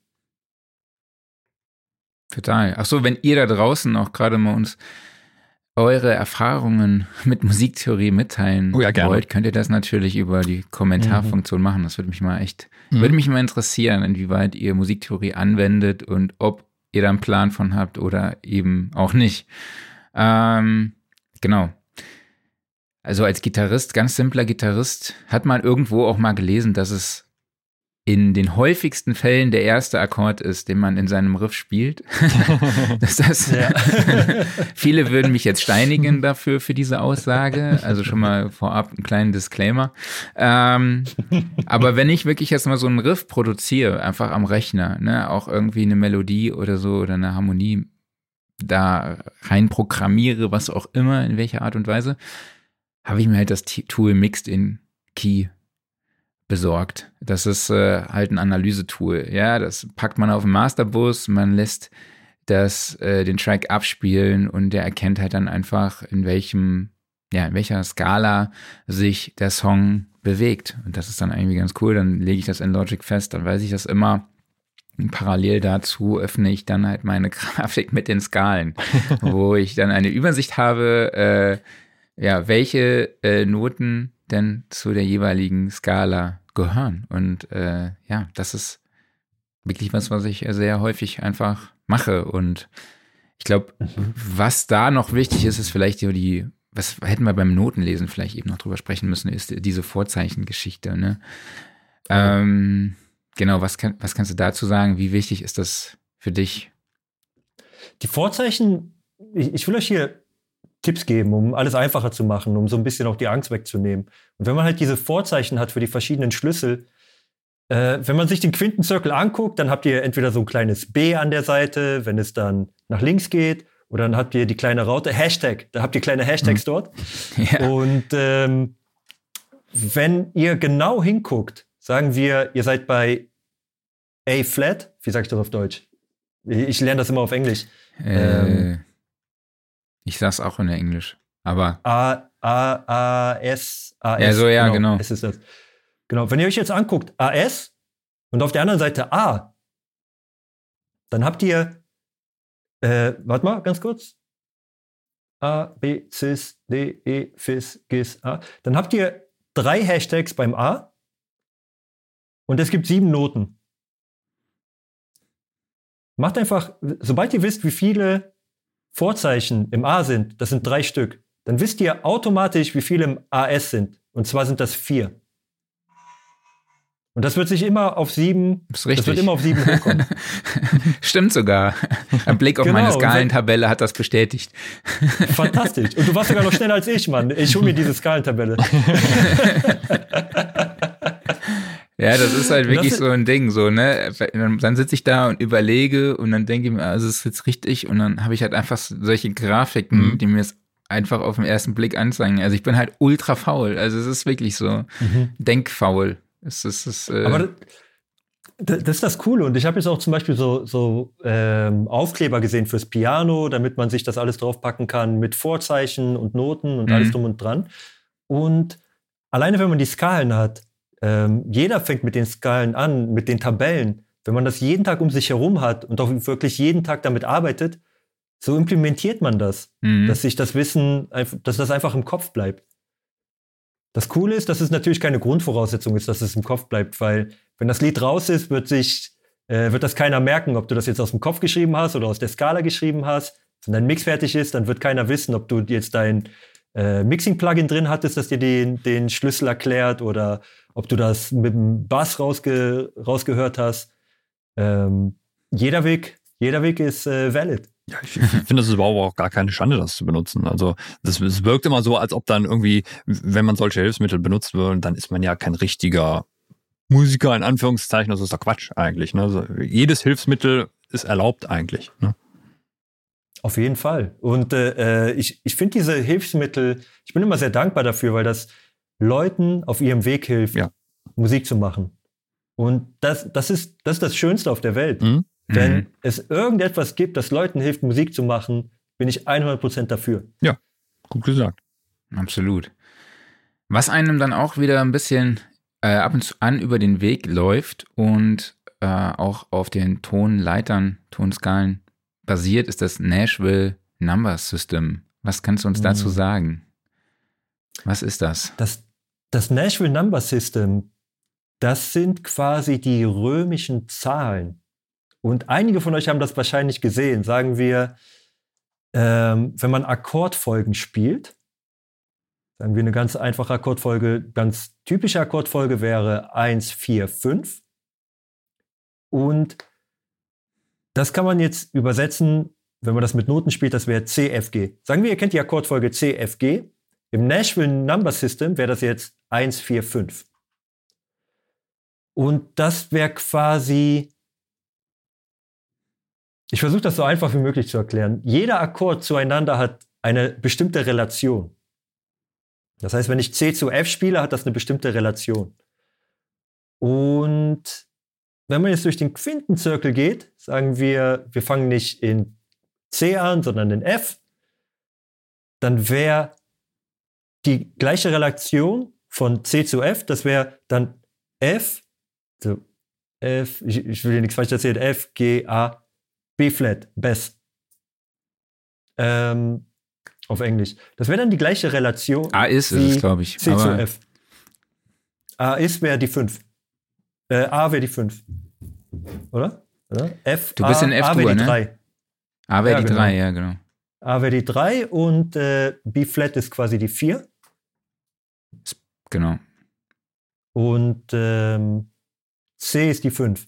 Total. Ach so, wenn ihr da draußen auch gerade mal uns eure Erfahrungen mit Musiktheorie mitteilen wollt, könnt ihr das natürlich über die Kommentarfunktion machen. Das würde mich mal interessieren, inwieweit ihr Musiktheorie anwendet und ob ihr da einen Plan von habt oder eben auch nicht. Genau. Also als Gitarrist, ganz simpler Gitarrist, hat man irgendwo auch mal gelesen, dass es in den häufigsten Fällen der erste Akkord ist, den man in seinem Riff spielt. Viele würden mich jetzt steinigen dafür, für diese Aussage. Also schon mal vorab einen kleinen Disclaimer. Aber wenn ich wirklich jetzt mal so einen Riff produziere, einfach am Rechner, ne, auch irgendwie eine Melodie oder so oder eine Harmonie da rein programmiere, was auch immer, in welcher Art und Weise, habe ich mir halt das Tool Mixed in Key besorgt. Das ist halt ein Analysetool. Ja, das packt man auf den Masterbus, man lässt den Track abspielen und der erkennt halt dann einfach, in welcher Skala sich der Song bewegt. Und das ist dann irgendwie ganz cool. Dann lege ich das in Logic fest, dann weiß ich das immer. Und parallel dazu öffne ich dann halt meine Grafik mit den Skalen, wo ich dann eine Übersicht habe, welche Noten denn zu der jeweiligen Skala gehören. Und das ist wirklich was ich sehr häufig einfach mache. Und ich glaube, was da noch wichtig ist vielleicht so was hätten wir beim Notenlesen vielleicht eben noch drüber sprechen müssen, ist diese Vorzeichengeschichte. Ne? Genau, was kannst du dazu sagen? Wie wichtig ist das für dich? Die Vorzeichen, ich will euch hier Tipps geben, um alles einfacher zu machen, um so ein bisschen auch die Angst wegzunehmen. Und wenn man halt diese Vorzeichen hat für die verschiedenen Schlüssel, wenn man sich den Quintenzirkel anguckt, dann habt ihr entweder so ein kleines B an der Seite, wenn es dann nach links geht, oder dann habt ihr die kleine Raute, Hashtag, da habt ihr kleine Hashtags dort. Ja. Und wenn ihr genau hinguckt, sagen wir, ihr seid bei A-Flat, wie sag ich das auf Deutsch? Ich lerne das immer auf Englisch. Ich sag's auch in Englisch, aber A-S. Ja, so, ja, genau. Es ist das. Genau, wenn ihr euch jetzt anguckt, A-S und auf der anderen Seite A, dann habt ihr, warte mal, ganz kurz. A, B, Cis, D, E, Fis, Gis, A. Dann habt ihr 3 Hashtags beim A und es gibt 7 Noten. Macht einfach, sobald ihr wisst, wie viele Vorzeichen im A sind, das sind 3 Stück, dann wisst ihr automatisch, wie viele im AS sind. Und zwar sind das 4. Und das wird sich immer auf 7, das wird immer auf 7 hochkommen. Stimmt sogar. Ein Blick auf meine Skalentabelle hat das bestätigt. Fantastisch. Und du warst sogar noch schneller als ich, Mann. Ich hole mir diese Skalentabelle. Ja, das ist halt wirklich so ein Ding, so, ne? Dann sitze ich da und überlege und dann denke ich mir, also es ist jetzt richtig und dann habe ich halt einfach solche Grafiken, die mir es einfach auf den ersten Blick anzeigen. Also ich bin halt ultra faul. Also es ist wirklich so denkfaul. Aber das ist das Coole. Und ich habe jetzt auch zum Beispiel so Aufkleber gesehen fürs Piano, damit man sich das alles draufpacken kann mit Vorzeichen und Noten und alles drum und dran. Und alleine, wenn man die Skalen hat, jeder fängt mit den Skalen an, mit den Tabellen. Wenn man das jeden Tag um sich herum hat und auch wirklich jeden Tag damit arbeitet, so implementiert man das, dass sich das Wissen, dass das einfach im Kopf bleibt. Das Coole ist, dass es natürlich keine Grundvoraussetzung ist, dass es im Kopf bleibt, weil wenn das Lied raus ist, wird das keiner merken, ob du das jetzt aus dem Kopf geschrieben hast oder aus der Skala geschrieben hast. Wenn dein Mix fertig ist, dann wird keiner wissen, ob du jetzt dein Mixing-Plugin drin hattest, das dir den Schlüssel erklärt oder ob du das mit dem Bass rausgehört hast. Jeder Weg ist valid. Ja, ich finde, das ist überhaupt auch gar keine Schande, das zu benutzen. Also es wirkt immer so, als ob dann irgendwie, wenn man solche Hilfsmittel benutzt wird, dann ist man ja kein richtiger Musiker, in Anführungszeichen. Das ist doch Quatsch eigentlich. Ne? Also, jedes Hilfsmittel ist erlaubt eigentlich. Ne? Auf jeden Fall. Und ich finde diese Hilfsmittel, ich bin immer sehr dankbar dafür, weil das Leuten auf ihrem Weg hilft, Musik zu machen. Und das ist das Schönste auf der Welt. Wenn es irgendetwas gibt, das Leuten hilft, Musik zu machen, bin ich 100% dafür. Ja, gut gesagt. Absolut. Was einem dann auch wieder ein bisschen ab und zu an über den Weg läuft und auch auf den Tonleitern, Tonskalen basiert, ist das Nashville Number System. Was kannst du uns dazu sagen? Was ist das? Das Nashville Number System, das sind quasi die römischen Zahlen. Und einige von euch haben das wahrscheinlich gesehen. Sagen wir, wenn man Akkordfolgen spielt, sagen wir eine ganz einfache Akkordfolge, ganz typische Akkordfolge wäre 1, 4, 5. Und das kann man jetzt übersetzen, wenn man das mit Noten spielt, das wäre CFG. Sagen wir, ihr kennt die Akkordfolge CFG. Im Nashville Number System wäre das jetzt 1, 4, 5. Und das wäre quasi, ich versuche das so einfach wie möglich zu erklären. Jeder Akkord zueinander hat eine bestimmte Relation. Das heißt, wenn ich C zu F spiele, hat das eine bestimmte Relation. Und wenn man jetzt durch den Quintenzirkel geht, sagen wir fangen nicht in C an, sondern in F, dann wäre die gleiche Relation von C zu F, das wäre dann F, so F, ich will dir nichts falsch erzählen, F, G, A, B-Flat, Bass. Auf Englisch. Das wäre dann die gleiche Relation. A ist es, glaube ich. C zu F. A ist wäre die 5. A wäre die 5. Oder? F, du bist in F-Dur, A wäre die ne? 3. A wäre die 3, ja, genau. A wäre die 3 und B-Flat ist quasi die 4. Genau. Und C ist die 5.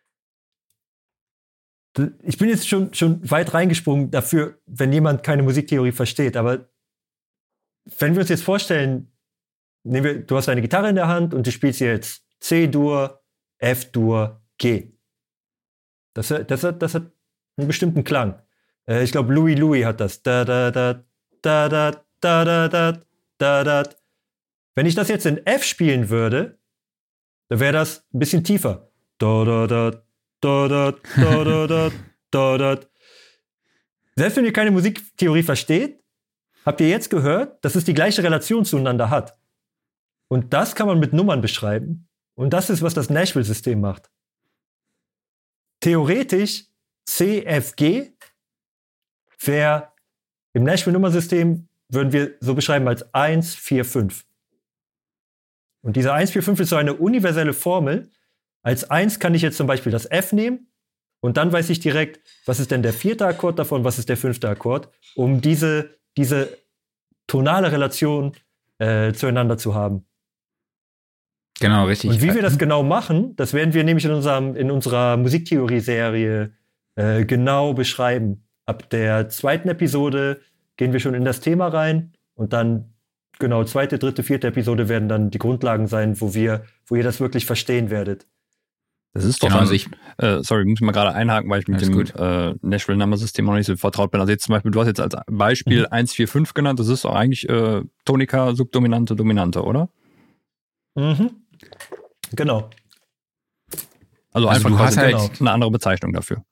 Ich bin jetzt schon weit reingesprungen dafür, wenn jemand keine Musiktheorie versteht. Aber wenn wir uns jetzt vorstellen, du hast eine Gitarre in der Hand und du spielst jetzt C-Dur, F-Dur, G. Das hat einen bestimmten Klang. Ich glaube, Louis hat das. Da, da, da, da, da, da, da, da, da, da. Wenn ich das jetzt in F spielen würde, dann wäre das ein bisschen tiefer. Da, da, da, da, da, da, da, da, da, da. Selbst wenn ihr keine Musiktheorie versteht, habt ihr jetzt gehört, dass es die gleiche Relation zueinander hat. Und das kann man mit Nummern beschreiben. Und das ist, was das Nashville-System macht. Theoretisch CFG wäre im Nashville-Nummersystem, würden wir so beschreiben als 1, 4, 5. Und diese 1, 4, 5 ist so eine universelle Formel. Als 1 kann ich jetzt zum Beispiel das F nehmen und dann weiß ich direkt, was ist denn der 4. Akkord davon, was ist der 5. Akkord, um diese tonale Relation zueinander zu haben. Genau, richtig. Und wie wir das genau machen, das werden wir nämlich in unserer Musiktheorie-Serie genau beschreiben. Ab der 2. Episode gehen wir schon in das Thema rein und dann, genau, 2., 3., 4. Episode werden dann die Grundlagen sein, wo ihr das wirklich verstehen werdet. Das ist doch genau, sorry, muss ich mal gerade einhaken, weil ich mit dem Nashville-Nummer-System noch nicht so vertraut bin. Also jetzt zum Beispiel, du hast jetzt als Beispiel 1-4-5 genannt, das ist doch eigentlich Tonika, Subdominante, Dominante, oder? Mhm. Genau. Also einfach du hast halt eine andere Bezeichnung dafür.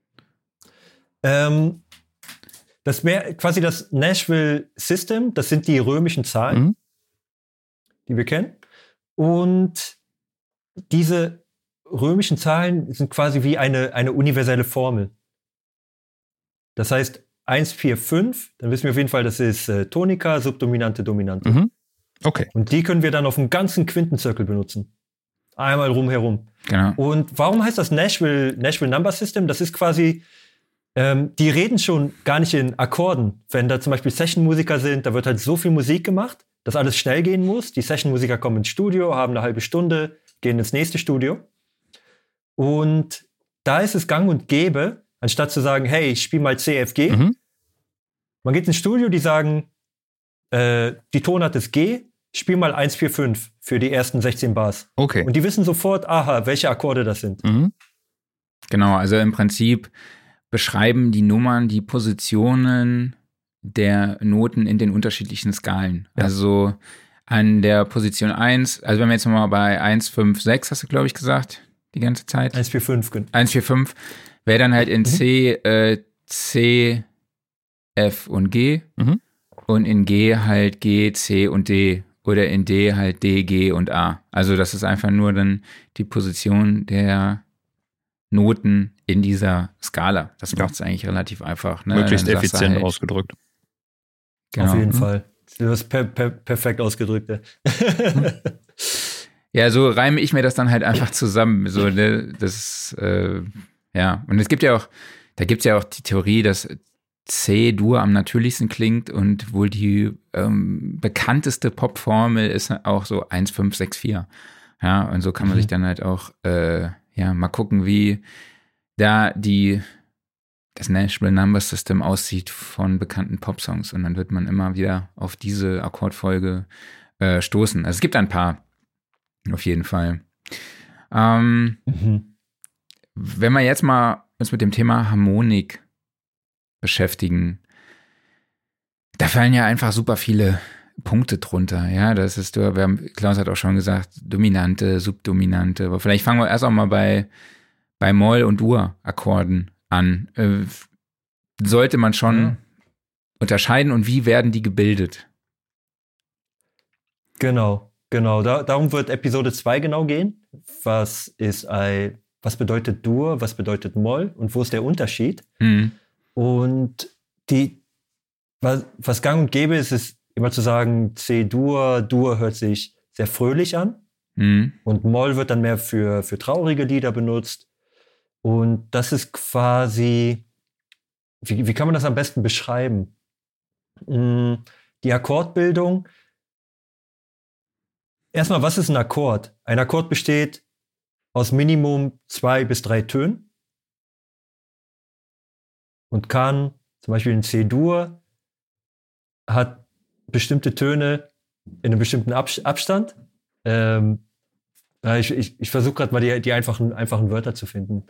Das wäre quasi das Nashville System, das sind die römischen Zahlen, die wir kennen. Und diese römischen Zahlen sind quasi wie eine universelle Formel. Das heißt, 1, 4, 5, dann wissen wir auf jeden Fall, das ist Tonika, Subdominante, Dominante. Mhm. Okay. Und die können wir dann auf dem ganzen Quintenzirkel benutzen. Einmal rumherum. Genau. Und warum heißt das Nashville Number System? Das ist quasi, die reden schon gar nicht in Akkorden. Wenn da zum Beispiel Session-Musiker sind, da wird halt so viel Musik gemacht, dass alles schnell gehen muss. Die Session-Musiker kommen ins Studio, haben eine halbe Stunde, gehen ins nächste Studio. Und da ist es gang und gäbe, anstatt zu sagen, hey, ich spiel mal CFG. Man geht ins Studio, die sagen, die Tonart ist G, spiel mal 1, 4, 5 für die ersten 16 Bars. Okay. Und die wissen sofort, aha, welche Akkorde das sind. Genau, also im Prinzip beschreiben die Nummern die Positionen der Noten in den unterschiedlichen Skalen. Ja. Also an der Position 1, also wenn wir jetzt nochmal bei 1, 5, 6, hast du, glaube ich, gesagt, die ganze Zeit? 1, 4, 5. 1, 4, 5 wäre dann halt in C, F und G. Und in G halt G, C und D. Oder in D halt D, G und A. Also das ist einfach nur dann die Position der Noten in dieser Skala. Das macht es eigentlich relativ einfach. Ne? Möglichst effizient halt ausgedrückt. Genau. Auf jeden Fall. Du hast perfekt ausgedrückt. Ja. Ja, so reime ich mir das dann halt einfach zusammen. So, ne? Das ja. Und es gibt ja auch, da gibt es ja auch die Theorie, dass C-Dur am natürlichsten klingt und wohl die bekannteste Popformel ist auch so 1, 5, 6, 4. Ja, und so kann man sich dann halt auch mal gucken, wie da das Nashville Number System aussieht von bekannten Popsongs. Und dann wird man immer wieder auf diese Akkordfolge stoßen. Also es gibt ein paar, auf jeden Fall. Wenn wir jetzt mal uns mit dem Thema Harmonik beschäftigen, da fallen ja einfach super viele Punkte drunter. Ja, das ist, Klaus hat auch schon gesagt, Dominante, Subdominante. Aber vielleicht fangen wir erst auch mal bei Moll- und Dur-Akkorden an. Sollte man schon unterscheiden und wie werden die gebildet? Genau. Darum wird Episode 2 genau gehen. Was bedeutet Dur, was bedeutet Moll und wo ist der Unterschied? Und was gang und gäbe ist immer zu sagen, C-Dur hört sich sehr fröhlich an. Und Moll wird dann mehr für traurige Lieder benutzt. Und das ist quasi, wie kann man das am besten beschreiben? Die Akkordbildung. Erstmal, was ist ein Akkord? Ein Akkord besteht aus Minimum 2 bis 3 Tönen und kann, zum Beispiel ein C-Dur, hat bestimmte Töne in einem bestimmten Abstand. Ich versuche gerade mal die einfachen Wörter zu finden.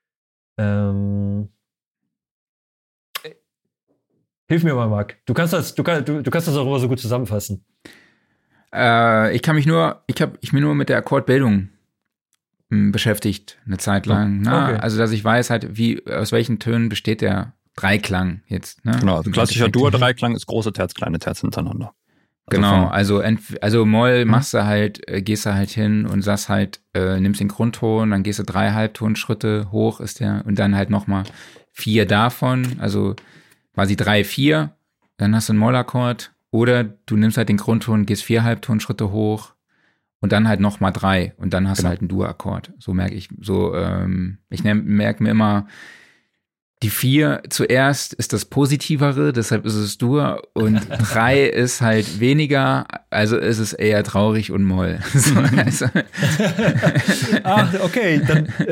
Hilf mir mal, Marc. Du kannst das auch immer so gut zusammenfassen. Ich habe mich nur mit der Akkordbildung beschäftigt eine Zeit lang. Okay. Also dass ich weiß halt, aus welchen Tönen besteht der Dreiklang jetzt. Ne? Genau, also klassischer Dur-Dreiklang ist große Terz, kleine Terz hintereinander. Genau, also Moll machst du halt, gehst du halt hin und sagst halt, nimmst den Grundton, dann gehst du 3 Halbtonschritte hoch und dann halt nochmal 4 davon, also quasi 3, 4, dann hast du einen Mollakkord. Oder du nimmst halt den Grundton, gehst 4 Halbtonschritte hoch und dann halt nochmal 3 und dann hast du halt einen Dur-Akkord. So merke ich, ich merke mir immer Die 4 zuerst ist das Positivere, deshalb ist es Dur. Und 3 ist halt weniger, also ist es eher traurig und Moll. So, also. Okay,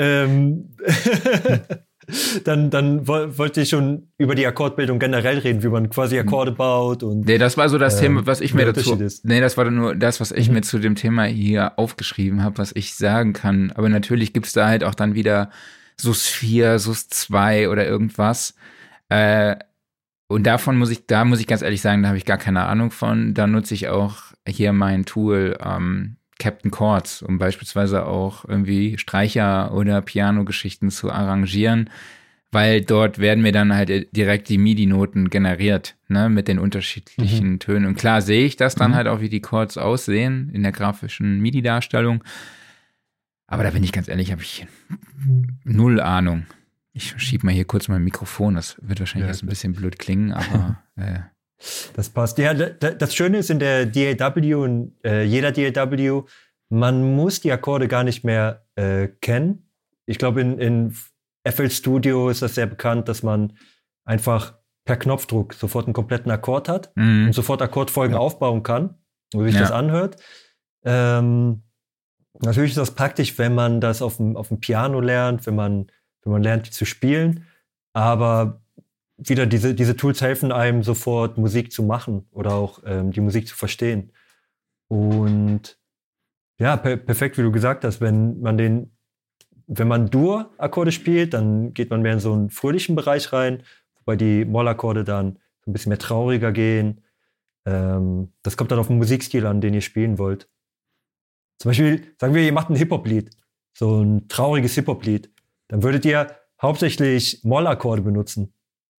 dann wollte ich schon über die Akkordbildung generell reden, wie man quasi Akkorde baut. Und, nee, das war so das Thema, was ich mir dazu. Nee, das war nur das, was ich mir zu dem Thema hier aufgeschrieben habe, was ich sagen kann. Aber natürlich gibt's da halt auch dann wieder Sus 4, Sus 2 oder irgendwas. Und muss ich ganz ehrlich sagen, da habe ich gar keine Ahnung von. Da nutze ich auch hier mein Tool Captain Chords, um beispielsweise auch irgendwie Streicher- oder Piano-Geschichten zu arrangieren, weil dort werden mir dann halt direkt die MIDI-Noten generiert, ne, mit den unterschiedlichen Tönen. Und klar sehe ich das dann halt auch, wie die Chords aussehen in der grafischen MIDI-Darstellung. Aber da bin ich ganz ehrlich, habe ich null Ahnung. Ich schiebe mal hier kurz mein Mikrofon, das wird wahrscheinlich jetzt ein bisschen blöd klingen, aber das passt. Ja, das Schöne ist in der DAW und jeder DAW, man muss die Akkorde gar nicht mehr kennen. Ich glaube, in FL Studio ist das sehr bekannt, dass man einfach per Knopfdruck sofort einen kompletten Akkord hat und sofort Akkordfolgen aufbauen kann, so wie sich das anhört. Natürlich ist das praktisch, wenn man das auf dem Piano lernt, wenn man lernt, die zu spielen. Aber wieder diese Tools helfen einem sofort, Musik zu machen oder auch die Musik zu verstehen. Und ja, perfekt, wie du gesagt hast, wenn man Dur-Akkorde spielt, dann geht man mehr in so einen fröhlichen Bereich rein, wobei die Moll-Akkorde dann so ein bisschen mehr trauriger gehen. Das kommt dann auf den Musikstil an, den ihr spielen wollt. Zum Beispiel, sagen wir, ihr macht ein Hip-Hop-Lied, so ein trauriges Hip-Hop-Lied. Dann würdet ihr hauptsächlich Moll-Akkorde benutzen.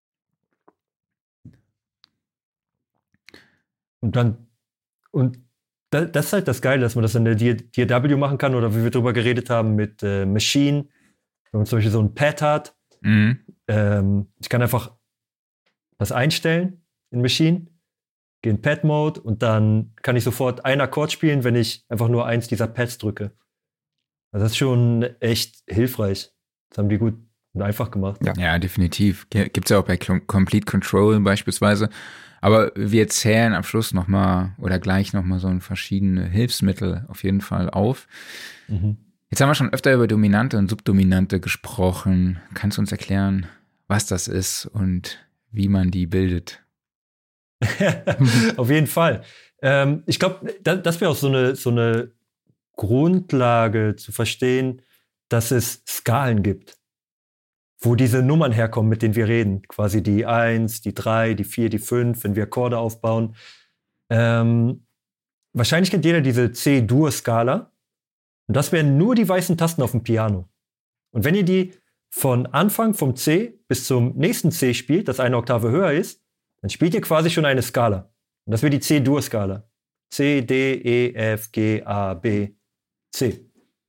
Und das ist halt das Geile, dass man das in der DAW machen kann, oder wie wir drüber geredet haben mit Machine, wenn man zum Beispiel so ein Pad hat. Ich kann einfach was einstellen in Machine, gehe in Pad-Mode und dann kann ich sofort einen Akkord spielen, wenn ich einfach nur eins dieser Pads drücke. Also das ist schon echt hilfreich. Das haben die gut und einfach gemacht. Ja, definitiv. Gibt's ja auch bei Complete Control beispielsweise. Aber wir zählen am Schluss nochmal oder gleich nochmal so verschiedene Hilfsmittel auf jeden Fall auf. Jetzt haben wir schon öfter über Dominante und Subdominante gesprochen. Kannst du uns erklären, was das ist und wie man die bildet? Auf jeden Fall. Ich glaube, das wäre auch so eine Grundlage zu verstehen, dass es Skalen gibt, wo diese Nummern herkommen, mit denen wir reden. Quasi die 1, die 3, die 4, die 5, wenn wir Akkorde aufbauen. Wahrscheinlich kennt jeder diese C-Dur-Skala. Und das wären nur die weißen Tasten auf dem Piano. Und wenn ihr die von Anfang vom C bis zum nächsten C spielt, das eine Oktave höher ist, dann spielt ihr quasi schon eine Skala. Und das wäre die C-Dur-Skala. C, D, E, F, G, A, B, C.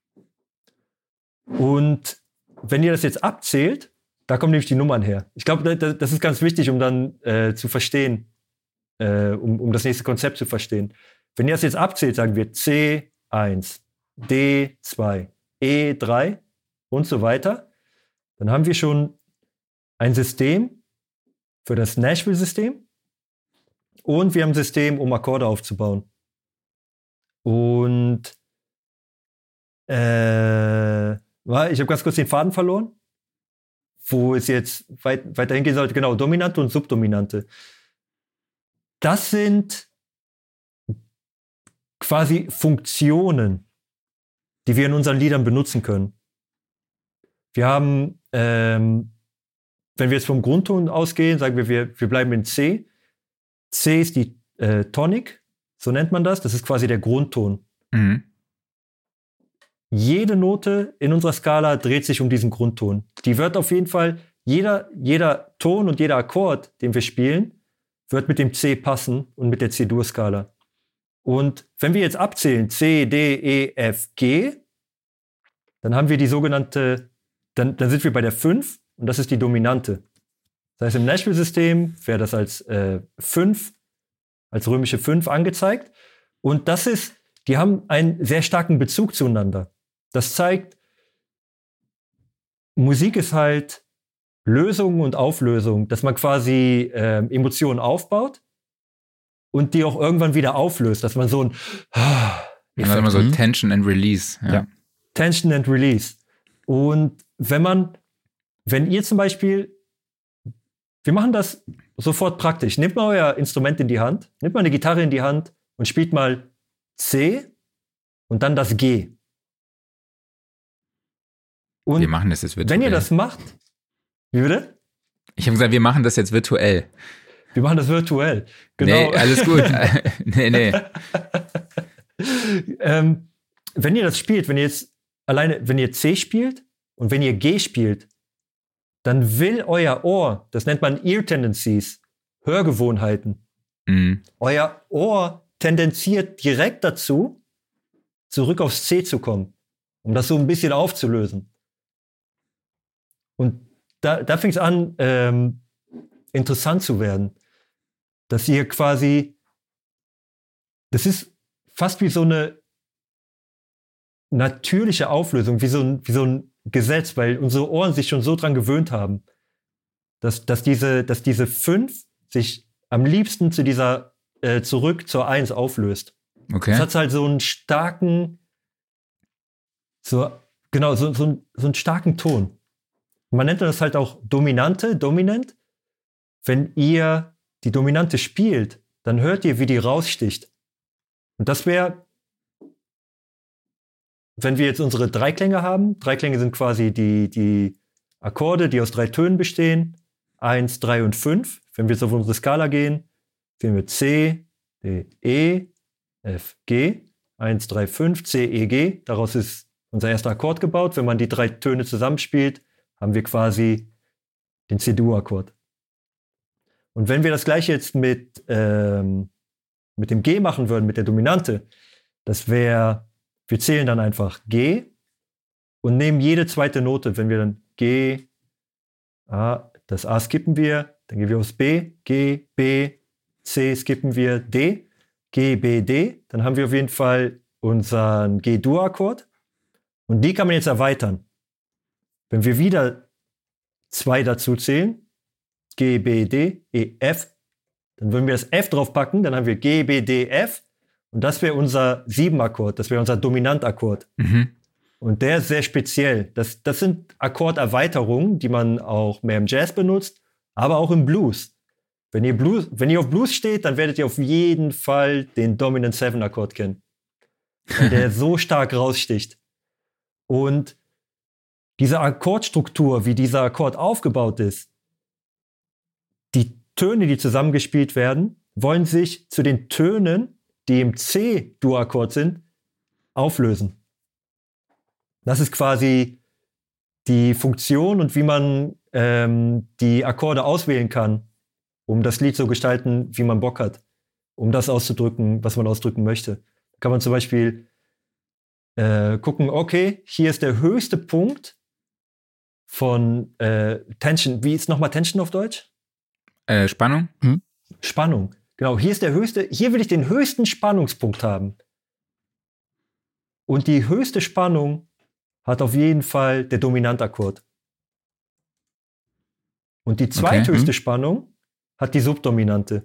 Und wenn ihr das jetzt abzählt, da kommen nämlich die Nummern her. Ich glaube, das ist ganz wichtig, um dann zu verstehen, um das nächste Konzept zu verstehen. Wenn ihr das jetzt abzählt, sagen wir C1, D2, E3 und so weiter, dann haben wir schon ein System für das Nashville-System und wir haben ein System, um Akkorde aufzubauen. Und ich habe ganz kurz den Faden verloren, wo es jetzt weiterhin gehen sollte. Genau, Dominante und Subdominante. Das sind quasi Funktionen, die wir in unseren Liedern benutzen können. Wir haben, wenn wir jetzt vom Grundton ausgehen, sagen wir bleiben in C. C ist die Tonic, so nennt man das. Das ist quasi der Grundton. Jede Note in unserer Skala dreht sich um diesen Grundton. Die wird auf jeden Fall, jeder Ton und jeder Akkord, den wir spielen, wird mit dem C passen und mit der C-Dur-Skala. Und wenn wir jetzt abzählen, C, D, E, F, G, dann haben wir die sogenannte, dann sind wir bei der 5 und das ist die Dominante. Das heißt, im Nashville-System wäre das als 5, als römische 5 angezeigt. Und die haben einen sehr starken Bezug zueinander. Das zeigt, Musik ist halt Lösungen und Auflösungen, dass man quasi Emotionen aufbaut und die auch irgendwann wieder auflöst, dass man so ein immer so Tension and Release. Ja. Tension and Release. Und wenn ihr zum Beispiel, wir machen das sofort praktisch, nehmt mal euer Instrument in die Hand, nehmt mal eine Gitarre in die Hand und spielt mal C und dann das G. Und wir machen das jetzt virtuell. Wenn ihr das macht, wie bitte? Ich habe gesagt, wir machen das jetzt virtuell. Wir machen das virtuell. Genau. Nee, alles gut. nee. Wenn ihr das spielt, wenn ihr C spielt und wenn ihr G spielt, dann will euer Ohr, das nennt man Ear Tendencies, Hörgewohnheiten. Euer Ohr tendenziert direkt dazu, zurück aufs C zu kommen, um das so ein bisschen aufzulösen. Und da fing es an, interessant zu werden, dass ihr quasi, das ist fast wie so eine natürliche Auflösung, wie so ein Gesetz, weil unsere Ohren sich schon so dran gewöhnt haben, dass diese 5 sich am liebsten zu dieser zurück zur 1 auflöst. Okay. Das hat halt so einen starken, so einen starken Ton. Man nennt das halt auch dominant. Wenn ihr die Dominante spielt, dann hört ihr, wie die raussticht. Und das wäre, wenn wir jetzt unsere Dreiklänge haben. Dreiklänge sind quasi die Akkorde, die aus 3 Tönen bestehen. 1, 3 und 5. Wenn wir jetzt auf unsere Skala gehen, sehen wir C, D, E, F, G. 1, 3, 5, C, E, G. Daraus ist unser erster Akkord gebaut. Wenn man die 3 Töne zusammenspielt, haben wir quasi den C-Dur-Akkord. Und wenn wir das gleiche jetzt mit dem G machen würden, mit der Dominante, das wäre, wir zählen dann einfach G und nehmen jede zweite Note. Wenn wir dann G, A, das A skippen wir, dann gehen wir aufs B, G, B, C skippen wir, D, G, B, D. Dann haben wir auf jeden Fall unseren G-Dur-Akkord. Und die kann man jetzt erweitern. Wenn wir wieder 2 dazu zählen, G, B, D, E, F, dann würden wir das F draufpacken, dann haben wir G, B, D, F und das wäre unser 7-Akkord, das wäre unser Dominantakkord. Und der ist sehr speziell. Das sind Akkorderweiterungen, die man auch mehr im Jazz benutzt, aber auch im Blues. Wenn ihr auf Blues steht, dann werdet ihr auf jeden Fall den Dominant 7-Akkord kennen. Weil der so stark raussticht. Und diese Akkordstruktur, wie dieser Akkord aufgebaut ist, die Töne, die zusammengespielt werden, wollen sich zu den Tönen, die im C-Dur-Akkord sind, auflösen. Das ist quasi die Funktion und wie man die Akkorde auswählen kann, um das Lied so gestalten, wie man Bock hat, um das auszudrücken, was man ausdrücken möchte. Da kann man zum Beispiel gucken, okay, hier ist der höchste Punkt von Tension. Wie ist nochmal Tension auf Deutsch? Spannung? Spannung. Genau, hier will ich den höchsten Spannungspunkt haben. Und die höchste Spannung hat auf jeden Fall der Dominantakkord. Und die zweithöchste Spannung hat die Subdominante.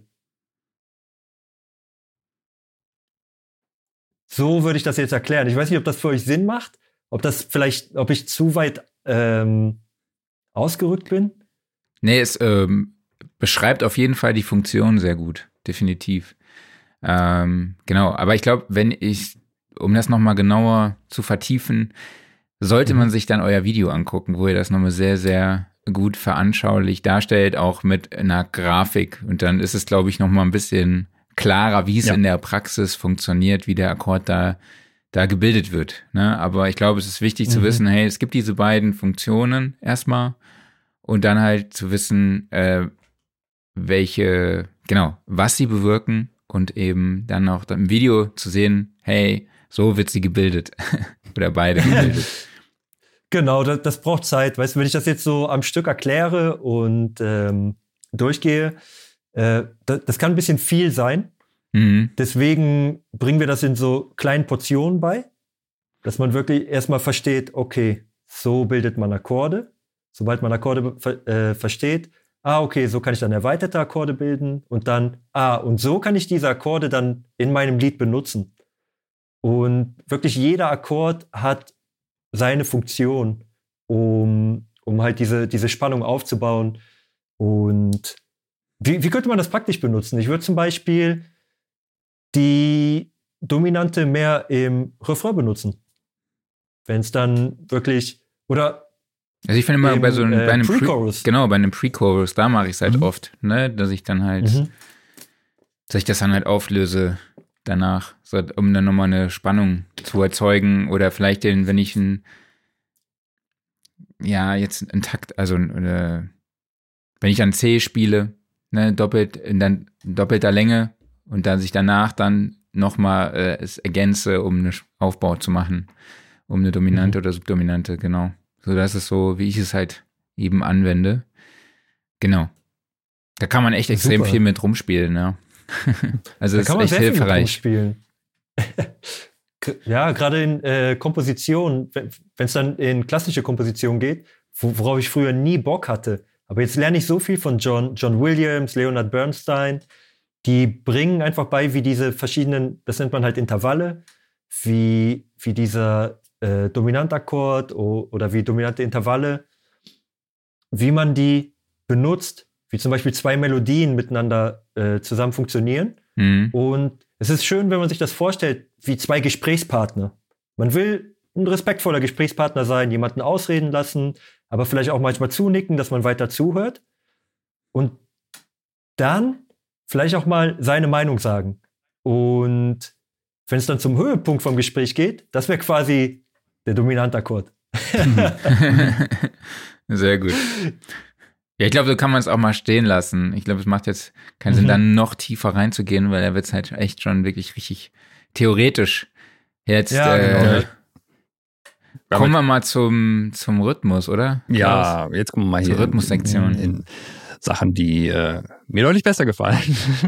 So würde ich das jetzt erklären. Ich weiß nicht, ob das für euch Sinn macht, ob ich zu weit ausgerückt bin. Nee, es beschreibt auf jeden Fall die Funktion sehr gut, definitiv. Genau, aber ich glaube, um das nochmal genauer zu vertiefen, sollte man sich dann euer Video angucken, wo ihr das nochmal sehr, sehr gut veranschaulicht darstellt, auch mit einer Grafik. Und dann ist es, glaube ich, nochmal ein bisschen klarer, wie es in der Praxis funktioniert, wie der Akkord da gebildet wird. Ne? Aber ich glaube, es ist wichtig zu wissen, hey, es gibt diese beiden Funktionen erstmal und dann halt zu wissen, was sie bewirken und eben dann auch im Video zu sehen, hey, so wird sie gebildet oder beide gebildet. Genau, das braucht Zeit. Weißt du, wenn ich das jetzt so am Stück erkläre und durchgehe, das kann ein bisschen viel sein. Deswegen bringen wir das in so kleinen Portionen bei, dass man wirklich erstmal versteht, okay, so bildet man Akkorde, sobald man Akkorde versteht, okay, so kann ich dann erweiterte Akkorde bilden und dann, und so kann ich diese Akkorde dann in meinem Lied benutzen. Und wirklich jeder Akkord hat seine Funktion, um halt diese Spannung aufzubauen. Und wie könnte man das praktisch benutzen? Ich würde zum Beispiel die Dominante mehr im Refrain benutzen. Wenn es dann wirklich, oder also ich finde immer bei einem Pre-Chorus. Genau, bei einem Pre-Chorus, da mache ich es halt oft, ne, dass ich dann halt, dass ich das dann halt auflöse danach, so, um dann nochmal eine Spannung zu erzeugen oder vielleicht wenn ich jetzt einen Takt, also wenn ich dann C spiele, ne, in doppelter Länge und dann sich danach dann nochmal es ergänze, um einen Aufbau zu machen, um eine Dominante oder Subdominante, genau. So, das ist so, wie ich es halt eben anwende. Genau. Da kann man echt extrem viel mit rumspielen, ja. Also es ist echt hilfreich. Ja, gerade in Komposition, wenn es dann in klassische Komposition geht, worauf ich früher nie Bock hatte. Aber jetzt lerne ich so viel von John Williams, Leonard Bernstein. Die bringen einfach bei, wie diese verschiedenen, das nennt man halt Intervalle, wie dieser Dominantakkord oder wie dominante Intervalle, wie man die benutzt, wie zum Beispiel zwei Melodien miteinander zusammen funktionieren. Und es ist schön, wenn man sich das vorstellt, wie zwei Gesprächspartner. Man will ein respektvoller Gesprächspartner sein, jemanden ausreden lassen, aber vielleicht auch manchmal zunicken, dass man weiter zuhört. Und dann vielleicht auch mal seine Meinung sagen. Und wenn es dann zum Höhepunkt vom Gespräch geht, das wäre quasi der Dominantakkord. Sehr gut. Ja, ich glaube, so kann man es auch mal stehen lassen. Ich glaube, es macht jetzt keinen Sinn, dann noch tiefer reinzugehen, weil da wird es halt echt schon wirklich richtig theoretisch. Jetzt genau. Kommen wir mal zum Rhythmus, oder? Ja, jetzt kommen wir mal hier zur Rhythmussektion. In Sachen, die mir deutlich besser gefallen.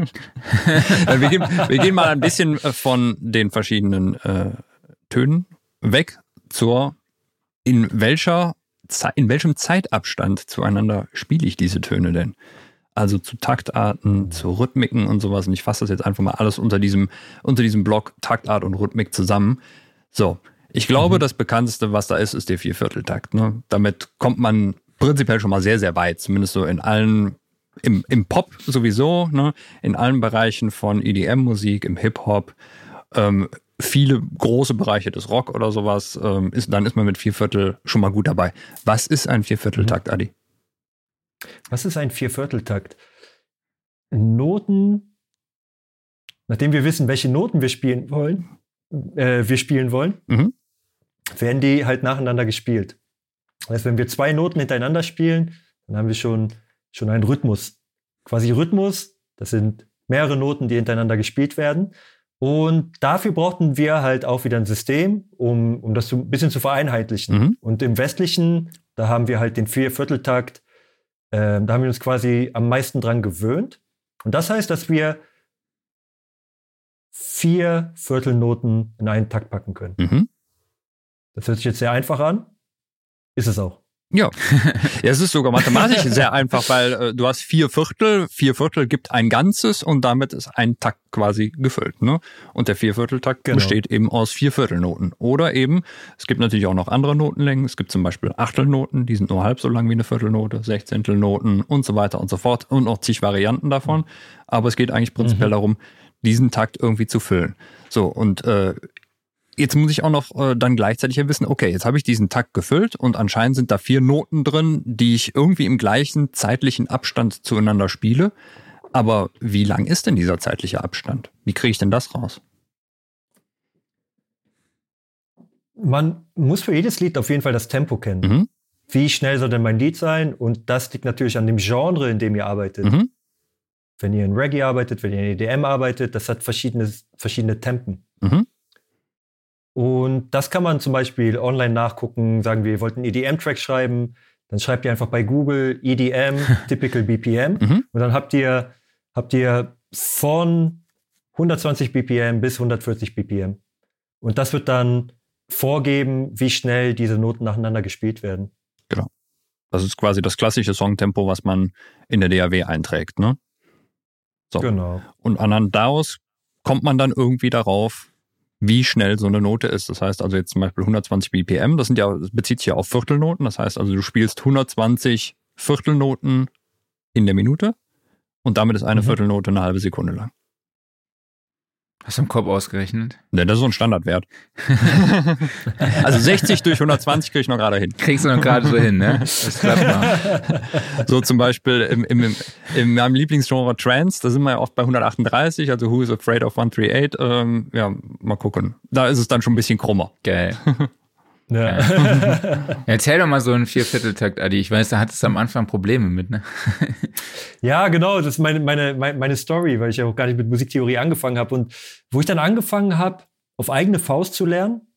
wir gehen mal ein bisschen von den verschiedenen Tönen weg zur in welchem Zeitabstand zueinander spiele ich diese Töne denn? Also zu Taktarten, zu Rhythmiken und sowas. Und ich fasse das jetzt einfach mal alles unter diesem Block Taktart und Rhythmik zusammen. So, ich glaube, das bekannteste, was da ist der Viervierteltakt. Ne? Damit kommt man prinzipiell schon mal sehr, sehr weit. Zumindest so in allen, im Pop sowieso, ne? In allen Bereichen von EDM-Musik, im Hip-Hop, viele große Bereiche des Rock oder sowas, dann ist man mit Vierviertel schon mal gut dabei. Was ist ein Viervierteltakt, Adi? Was ist ein Viervierteltakt? Noten, nachdem wir wissen, welche Noten wir spielen wollen, werden die halt nacheinander gespielt. Das heißt, wenn wir zwei Noten hintereinander spielen, dann haben wir schon einen Rhythmus. Quasi Rhythmus, das sind mehrere Noten, die hintereinander gespielt werden. Und dafür brauchten wir halt auch wieder ein System, um das so ein bisschen zu vereinheitlichen. Und im Westlichen, da haben wir halt den Viervierteltakt, da haben wir uns quasi am meisten dran gewöhnt. Und das heißt, dass wir 4 Viertelnoten in einen Takt packen können. Das hört sich jetzt sehr einfach an. Ist es auch. Ja, es ist sogar mathematisch sehr einfach, weil du hast 4 Viertel. 4 Viertel gibt ein Ganzes und damit ist ein Takt quasi gefüllt. Ne? Und der Viervierteltakt besteht eben aus 4 Viertelnoten. Oder eben, es gibt natürlich auch noch andere Notenlängen. Es gibt zum Beispiel Achtelnoten, die sind nur halb so lang wie eine Viertelnote, Sechzehntelnoten und so weiter und so fort. Und noch zig Varianten davon. Aber es geht eigentlich prinzipiell darum, diesen Takt irgendwie zu füllen. So, und jetzt muss ich auch noch dann gleichzeitig wissen, okay, jetzt habe ich diesen Takt gefüllt und anscheinend sind da 4 Noten drin, die ich irgendwie im gleichen zeitlichen Abstand zueinander spiele. Aber wie lang ist denn dieser zeitliche Abstand? Wie kriege ich denn das raus? Man muss für jedes Lied auf jeden Fall das Tempo kennen. Wie schnell soll denn mein Lied sein? Und das liegt natürlich an dem Genre, in dem ihr arbeitet. Wenn ihr in Reggae arbeitet, wenn ihr in EDM arbeitet, das hat verschiedene Tempen. Und das kann man zum Beispiel online nachgucken, sagen wir, ihr wollt einen EDM-Track schreiben, dann schreibt ihr einfach bei Google EDM, Typical BPM und dann habt ihr von 120 BPM bis 140 BPM. Und das wird dann vorgeben, wie schnell diese Noten nacheinander gespielt werden. Genau. Das ist quasi das klassische Songtempo, was man in der DAW einträgt, ne? So. Genau. Und anhand daraus kommt man dann irgendwie darauf, wie schnell so eine Note ist. Das heißt also jetzt zum Beispiel 120 BPM, das bezieht sich ja auf Viertelnoten. Das heißt also, du spielst 120 Viertelnoten in der Minute und damit ist eine Viertelnote eine halbe Sekunde lang. Hast du im Kopf ausgerechnet? Ne, das ist so ein Standardwert. Also 60 durch 120 krieg ich noch gerade hin. Kriegst du noch gerade so hin, ne? Das klappt noch. So zum Beispiel in meinem Lieblingsgenre Trance, da sind wir ja oft bei 138, also Who is Afraid of 138. Ja, mal gucken. Da ist es dann schon ein bisschen krummer. Geil. Ja. Erzähl doch mal so einen Viervierteltakt, Adi. Ich weiß, da hattest du am Anfang Probleme mit, ne? Ja, genau. Das ist meine Story, weil ich ja auch gar nicht mit Musiktheorie angefangen habe. Und wo ich dann angefangen habe, auf eigene Faust zu lernen,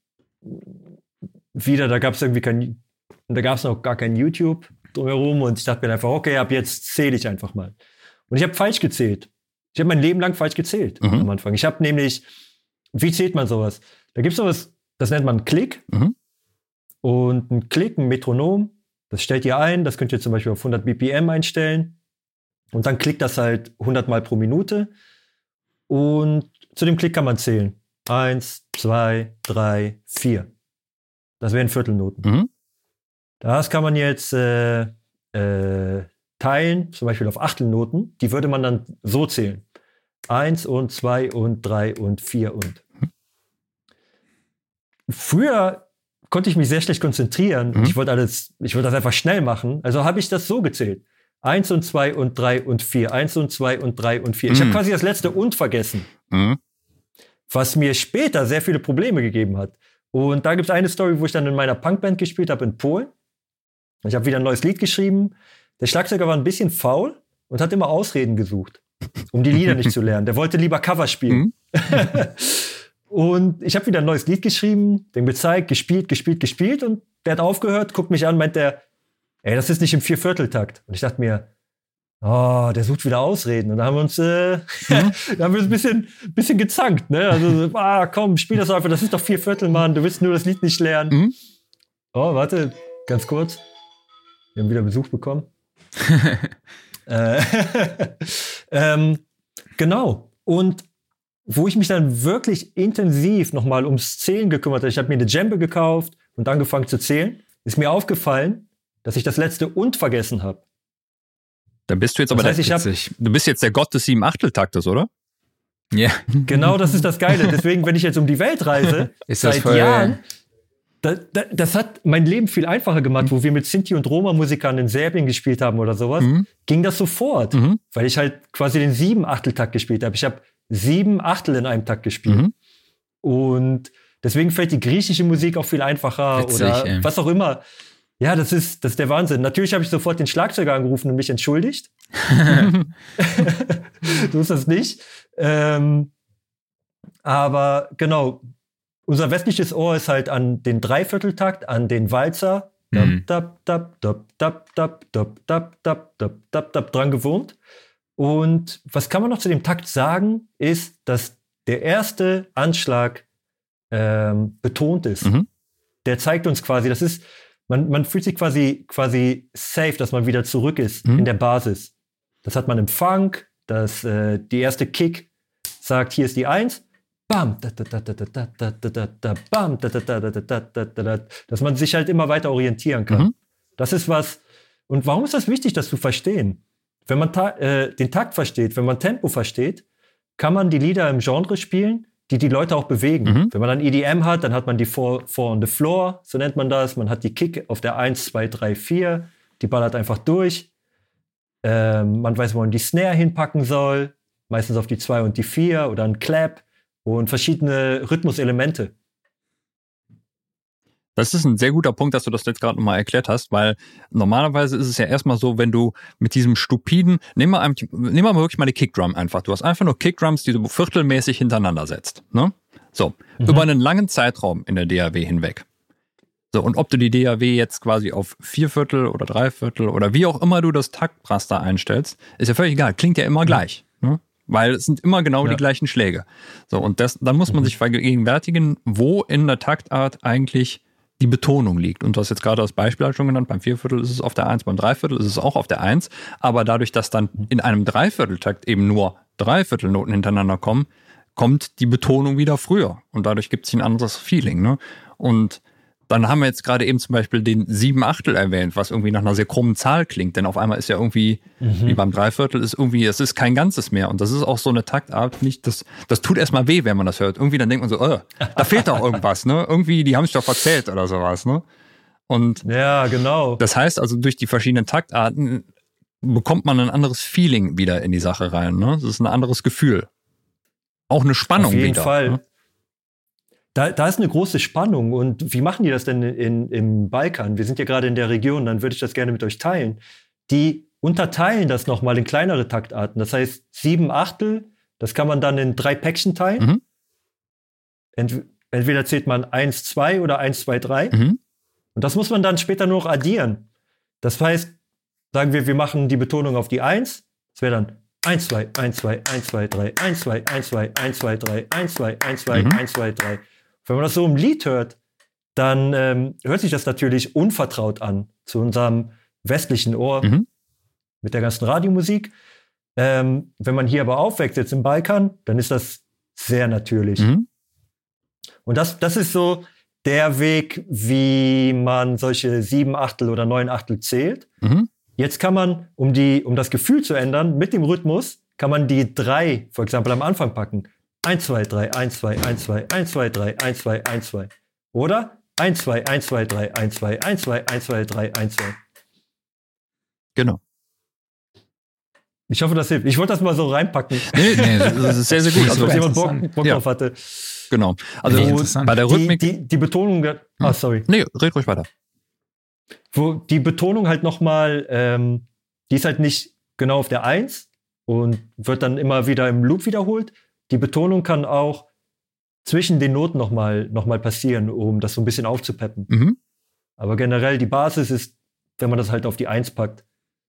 da gab es noch gar kein YouTube drumherum. Und ich dachte mir einfach, okay, ab jetzt zähle ich einfach mal. Und ich habe falsch gezählt. Ich habe mein Leben lang falsch gezählt am Anfang. Ich habe nämlich, wie zählt man sowas? Da gibt es sowas, das nennt man Klick. Und ein Klick, ein Metronom, das stellt ihr ein, das könnt ihr zum Beispiel auf 100 BPM einstellen. Und dann klickt das halt 100 Mal pro Minute. Und zu dem Klick kann man zählen. 1, 2, 3, 4. Das wären Viertelnoten. Das kann man jetzt teilen, zum Beispiel auf Achtelnoten. Die würde man dann so zählen. 1 und 2 und 3 und 4 und. Früher konnte ich mich sehr schlecht konzentrieren. Ich wollte das einfach schnell machen. Also habe ich das so gezählt. 1 und 2 und 3 und 4. 1 und 2 und 3 und 4. Ich habe quasi das letzte und vergessen. Was mir später sehr viele Probleme gegeben hat. Und da gibt es eine Story, wo ich dann in meiner Punkband gespielt habe in Polen. Ich habe wieder ein neues Lied geschrieben. Der Schlagzeuger war ein bisschen faul und hat immer Ausreden gesucht, um die Lieder nicht zu lernen. Der wollte lieber Cover spielen. Und ich habe wieder ein neues Lied geschrieben, dem gezeigt, gespielt und der hat aufgehört, guckt mich an, meint der, ey, das ist nicht im Viervierteltakt. Und ich dachte mir, oh, der sucht wieder Ausreden. Und da haben wir uns ein bisschen gezankt, ne? Also, komm, spiel das einfach, das ist doch Vierviertel, Mann, du willst nur das Lied nicht lernen. Oh, warte, ganz kurz. Wir haben wieder Besuch bekommen. Genau. Und wo ich mich dann wirklich intensiv nochmal ums Zählen gekümmert habe, ich habe mir eine Djembe gekauft und angefangen zu zählen, ist mir aufgefallen, dass ich das letzte und vergessen habe. Dann bist du jetzt aber du bist jetzt der Gott des 7/8-Taktes, oder? Ja. Genau, das ist das Geile. Deswegen, wenn ich jetzt um die Welt reise, seit Jahren, das hat mein Leben viel einfacher gemacht, wo wir mit Sinti und Roma-Musikern in Serbien gespielt haben oder sowas, ging das sofort, weil ich halt quasi den 7/8-Takt gespielt habe. Ich habe 7 Achtel in einem Takt gespielt. Und deswegen fällt die griechische Musik auch viel einfacher. Witzig, oder was auch immer. Ja, das ist der Wahnsinn. Natürlich habe ich sofort den Schlagzeuger angerufen und mich entschuldigt. So ist das nicht. Aber genau, unser westliches Ohr ist halt an den Dreivierteltakt, an den Walzer dran gewohnt. Und was kann man noch zu dem Takt sagen, ist, dass der erste Anschlag betont ist. Der zeigt uns quasi, das ist, man fühlt sich quasi safe, dass man wieder zurück ist in der Basis. Das hat man im Funk, dass die erste Kick sagt, hier ist die 1, bam, bam, dass man sich halt immer weiter orientieren kann. Das ist was, und warum ist das wichtig, das zu verstehen? Wenn man den Takt versteht, wenn man Tempo versteht, kann man die Lieder im Genre spielen, die Leute auch bewegen. Wenn man dann EDM hat, dann hat man die Four on the Floor, so nennt man das. Man hat die Kick auf der 1, 2, 3, 4, die ballert einfach durch. Man weiß, wo man die Snare hinpacken soll, meistens auf die 2 und die 4 oder ein Clap und verschiedene Rhythmuselemente. Das ist ein sehr guter Punkt, dass du das jetzt gerade nochmal erklärt hast, weil normalerweise ist es ja erstmal so, wenn du mit diesem stupiden, nimm mal wirklich mal die Kickdrum einfach. Du hast einfach nur Kickdrums, die du viertelmäßig hintereinander setzt. Ne? So, über einen langen Zeitraum in der DAW hinweg. So, und ob du die DAW jetzt quasi auf 4/4 oder 3/4 oder wie auch immer du das Taktraster einstellst, ist ja völlig egal, klingt ja immer gleich. Ne? Weil es sind immer genau die gleichen Schläge. So, und dann muss man sich vergegenwärtigen, wo in der Taktart eigentlich die Betonung liegt. Und du hast jetzt gerade das Beispiel halt schon genannt, beim Vierviertel ist es auf der 1, beim Dreiviertel ist es auch auf der 1, aber dadurch, dass dann in einem Dreivierteltakt eben nur Dreiviertelnoten hintereinander kommen, kommt die Betonung wieder früher und dadurch gibt es ein anderes Feeling. Ne? Und dann haben wir jetzt gerade eben zum Beispiel den 7/8 erwähnt, was irgendwie nach einer sehr krummen Zahl klingt, denn auf einmal ist ja irgendwie, wie beim Dreiviertel, ist irgendwie, es ist kein Ganzes mehr und das ist auch so eine Taktart, nicht, das tut erstmal weh, wenn man das hört. Irgendwie dann denkt man so, da fehlt doch irgendwas, ne? Irgendwie, die haben sich doch verzählt oder sowas, ne? Und ja, genau. Das heißt also, durch die verschiedenen Taktarten bekommt man ein anderes Feeling wieder in die Sache rein, ne? Das ist ein anderes Gefühl. Auch eine Spannung wieder. Auf jeden Fall. Ne? Da ist eine große Spannung. Und wie machen die das denn im Balkan? Wir sind ja gerade in der Region, dann würde ich das gerne mit euch teilen. Die unterteilen das nochmal in kleinere Taktarten. Das heißt, 7/8, das kann man dann in 3 Päckchen teilen. Entweder zählt man 1, 2 oder 1, 2, 3. Und das muss man dann später nur noch addieren. Das heißt, sagen wir machen die Betonung auf die 1. Das wäre dann 1, 2, 1, 2, 1, 2, 3, 1, 2, 1, 2, 1, 2, 3, 1, 2, 1, 2, 1, 2, 3. Wenn man das so im Lied hört, dann hört sich das natürlich unvertraut an zu unserem westlichen Ohr mit der ganzen Radiomusik. Wenn man hier aber aufwächst, jetzt im Balkan, dann ist das sehr natürlich. Und das ist so der Weg, wie man solche 7/8 oder 9/8 zählt. Jetzt kann man, um das Gefühl zu ändern, mit dem Rhythmus, kann man die 3, für Beispiel am Anfang packen. 1, 2, 3, 1, 2, 1, 2, 1, 2, 3, 1, 2, 1, 2. Oder 1, 2, 1, 2, 3, 1, 2, 1, 2, 1, 2, 3, 1, 2. Genau. Ich hoffe, das hilft. Ich wollte das mal so reinpacken. Nee, das ist sehr, sehr gut. Also, dass jemand Bock drauf hatte. Genau. Also bei der Rhythmik... Die Betonung... sorry. Nee, red ruhig weiter. Wo die Betonung halt nochmal... die ist halt nicht genau auf der 1 und wird dann immer wieder im Loop wiederholt. Die Betonung kann auch zwischen den Noten noch mal passieren, um das so ein bisschen aufzupeppen. Aber generell, die Basis ist, wenn man das halt auf die 1 packt.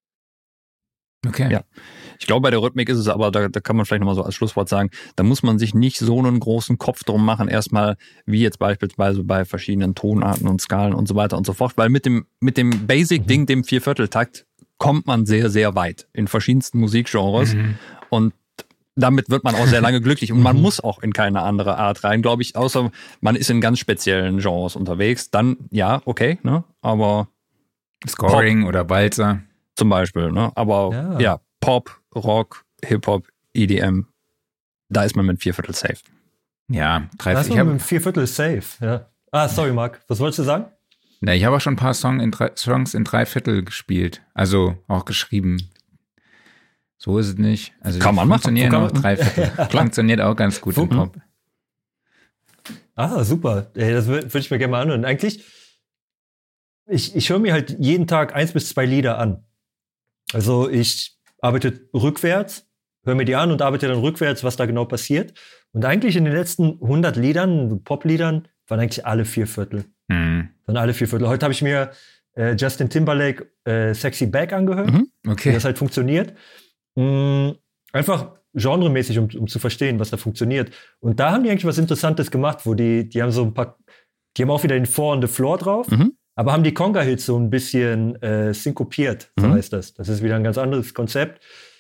Okay. Ja. Ich glaube, bei der Rhythmik ist es aber, da kann man vielleicht nochmal so als Schlusswort sagen, da muss man sich nicht so einen großen Kopf drum machen, erstmal, wie jetzt beispielsweise bei verschiedenen Tonarten und Skalen und so weiter und so fort, weil mit dem Basic-Ding, dem Viervierteltakt, kommt man sehr, sehr weit in verschiedensten Musikgenres und damit wird man auch sehr lange glücklich und man muss auch in keine andere Art rein, glaube ich, außer man ist in ganz speziellen Genres unterwegs. Dann, ja, okay, ne, aber Scoring Pop, oder Walzer. Zum Beispiel, ne, aber ja, Pop, Rock, Hip-Hop, EDM, da ist man mit 4/4 safe. Ja, da ist man mit 4/4 safe, ja. Sorry, Marc, was wolltest du sagen? Na, ich habe auch schon ein paar Songs in 3/4 gespielt, also auch geschrieben. So ist es nicht. Also kann man machen. Funktionieren auch 3/4. Funktioniert auch ganz gut im Pop. Super. Das würde ich mir gerne mal anhören. Eigentlich, ich höre mir halt jeden Tag 1 bis 2 Lieder an. Also ich arbeite rückwärts, höre mir die an und arbeite dann rückwärts, was da genau passiert. Und eigentlich in den letzten 100 Liedern, Pop-Liedern, waren eigentlich alle 4/4. Dann alle 4/4. Heute habe ich mir Justin Timberlake Sexy Back angehört, wie das halt funktioniert. Einfach genremäßig, um zu verstehen, was da funktioniert. Und da haben die eigentlich was Interessantes gemacht, wo die haben so ein paar, die haben auch wieder den Four on the Floor drauf, aber haben die Conga-Hits so ein bisschen synkopiert, so heißt das. Das ist wieder ein ganz anderes Konzept.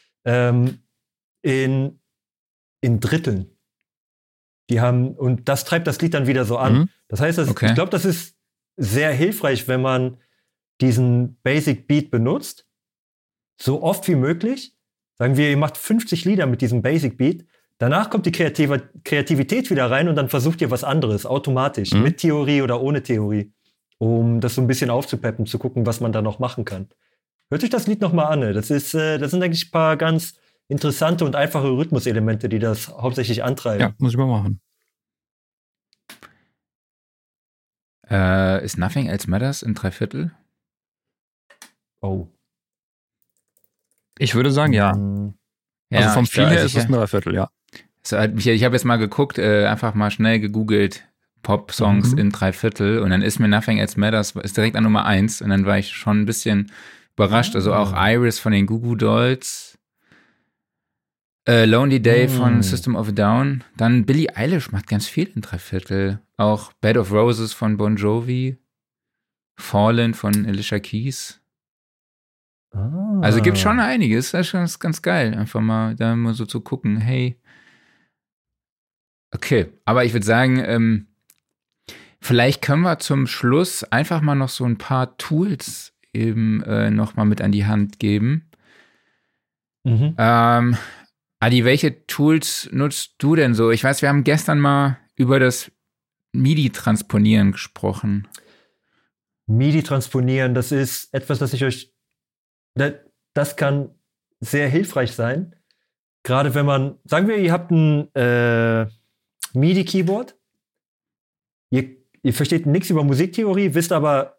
In Dritteln. Und das treibt das Lied dann wieder so an. Das heißt, ich glaube, das ist sehr hilfreich, wenn man diesen Basic Beat benutzt, so oft wie möglich. Sagen wir, ihr macht 50 Lieder mit diesem Basic Beat, danach kommt die Kreativität wieder rein und dann versucht ihr was anderes, automatisch, mit Theorie oder ohne Theorie, um das so ein bisschen aufzupeppen, zu gucken, was man da noch machen kann. Hört euch das Lied nochmal an, ne? Das sind eigentlich ein paar ganz interessante und einfache Rhythmuselemente, die das hauptsächlich antreiben. Ja, muss ich mal machen. Ist Nothing Else Matters in 3/4? Oh. Ich würde sagen, ja. Also vom Feel her ist es ein 3/4, ja. Ich habe jetzt mal geguckt, einfach mal schnell gegoogelt, Pop-Songs in 3/4 und dann ist mir Nothing Else Matters, ist direkt an Nummer 1 und dann war ich schon ein bisschen überrascht. Also auch Iris von den Goo Goo Dolls, Lonely Day von System of a Down, dann Billie Eilish macht ganz viel in 3/4, auch Bed of Roses von Bon Jovi, Fallen von Alicia Keys. Also gibt schon einiges, das ist ganz geil, einfach mal da mal so zu gucken, hey. Okay, aber ich würde sagen, vielleicht können wir zum Schluss einfach mal noch so ein paar Tools eben noch mal mit an die Hand geben. Adi, welche Tools nutzt du denn so? Ich weiß, wir haben gestern mal über das MIDI-Transponieren gesprochen. MIDI-Transponieren, das ist etwas, das kann sehr hilfreich sein. Gerade wenn man, sagen wir, ihr habt ein MIDI-Keyboard. Ihr versteht nichts über Musiktheorie, wisst aber,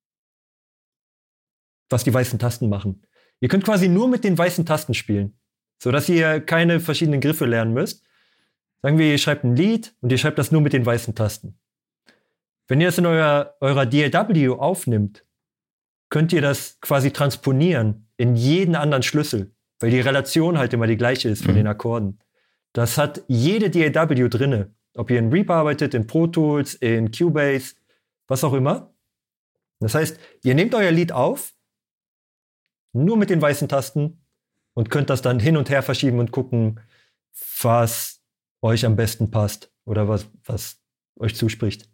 was die weißen Tasten machen. Ihr könnt quasi nur mit den weißen Tasten spielen, sodass ihr keine verschiedenen Griffe lernen müsst. Sagen wir, ihr schreibt ein Lied und ihr schreibt das nur mit den weißen Tasten. Wenn ihr das in eurer DAW aufnimmt, könnt ihr das quasi transponieren in jeden anderen Schlüssel, weil die Relation halt immer die gleiche ist von den Akkorden. Das hat jede DAW drinne. Ob ihr in Reaper arbeitet, in Pro Tools, in Cubase, was auch immer. Das heißt, ihr nehmt euer Lied auf, nur mit den weißen Tasten und könnt das dann hin und her verschieben und gucken, was euch am besten passt oder was euch zuspricht.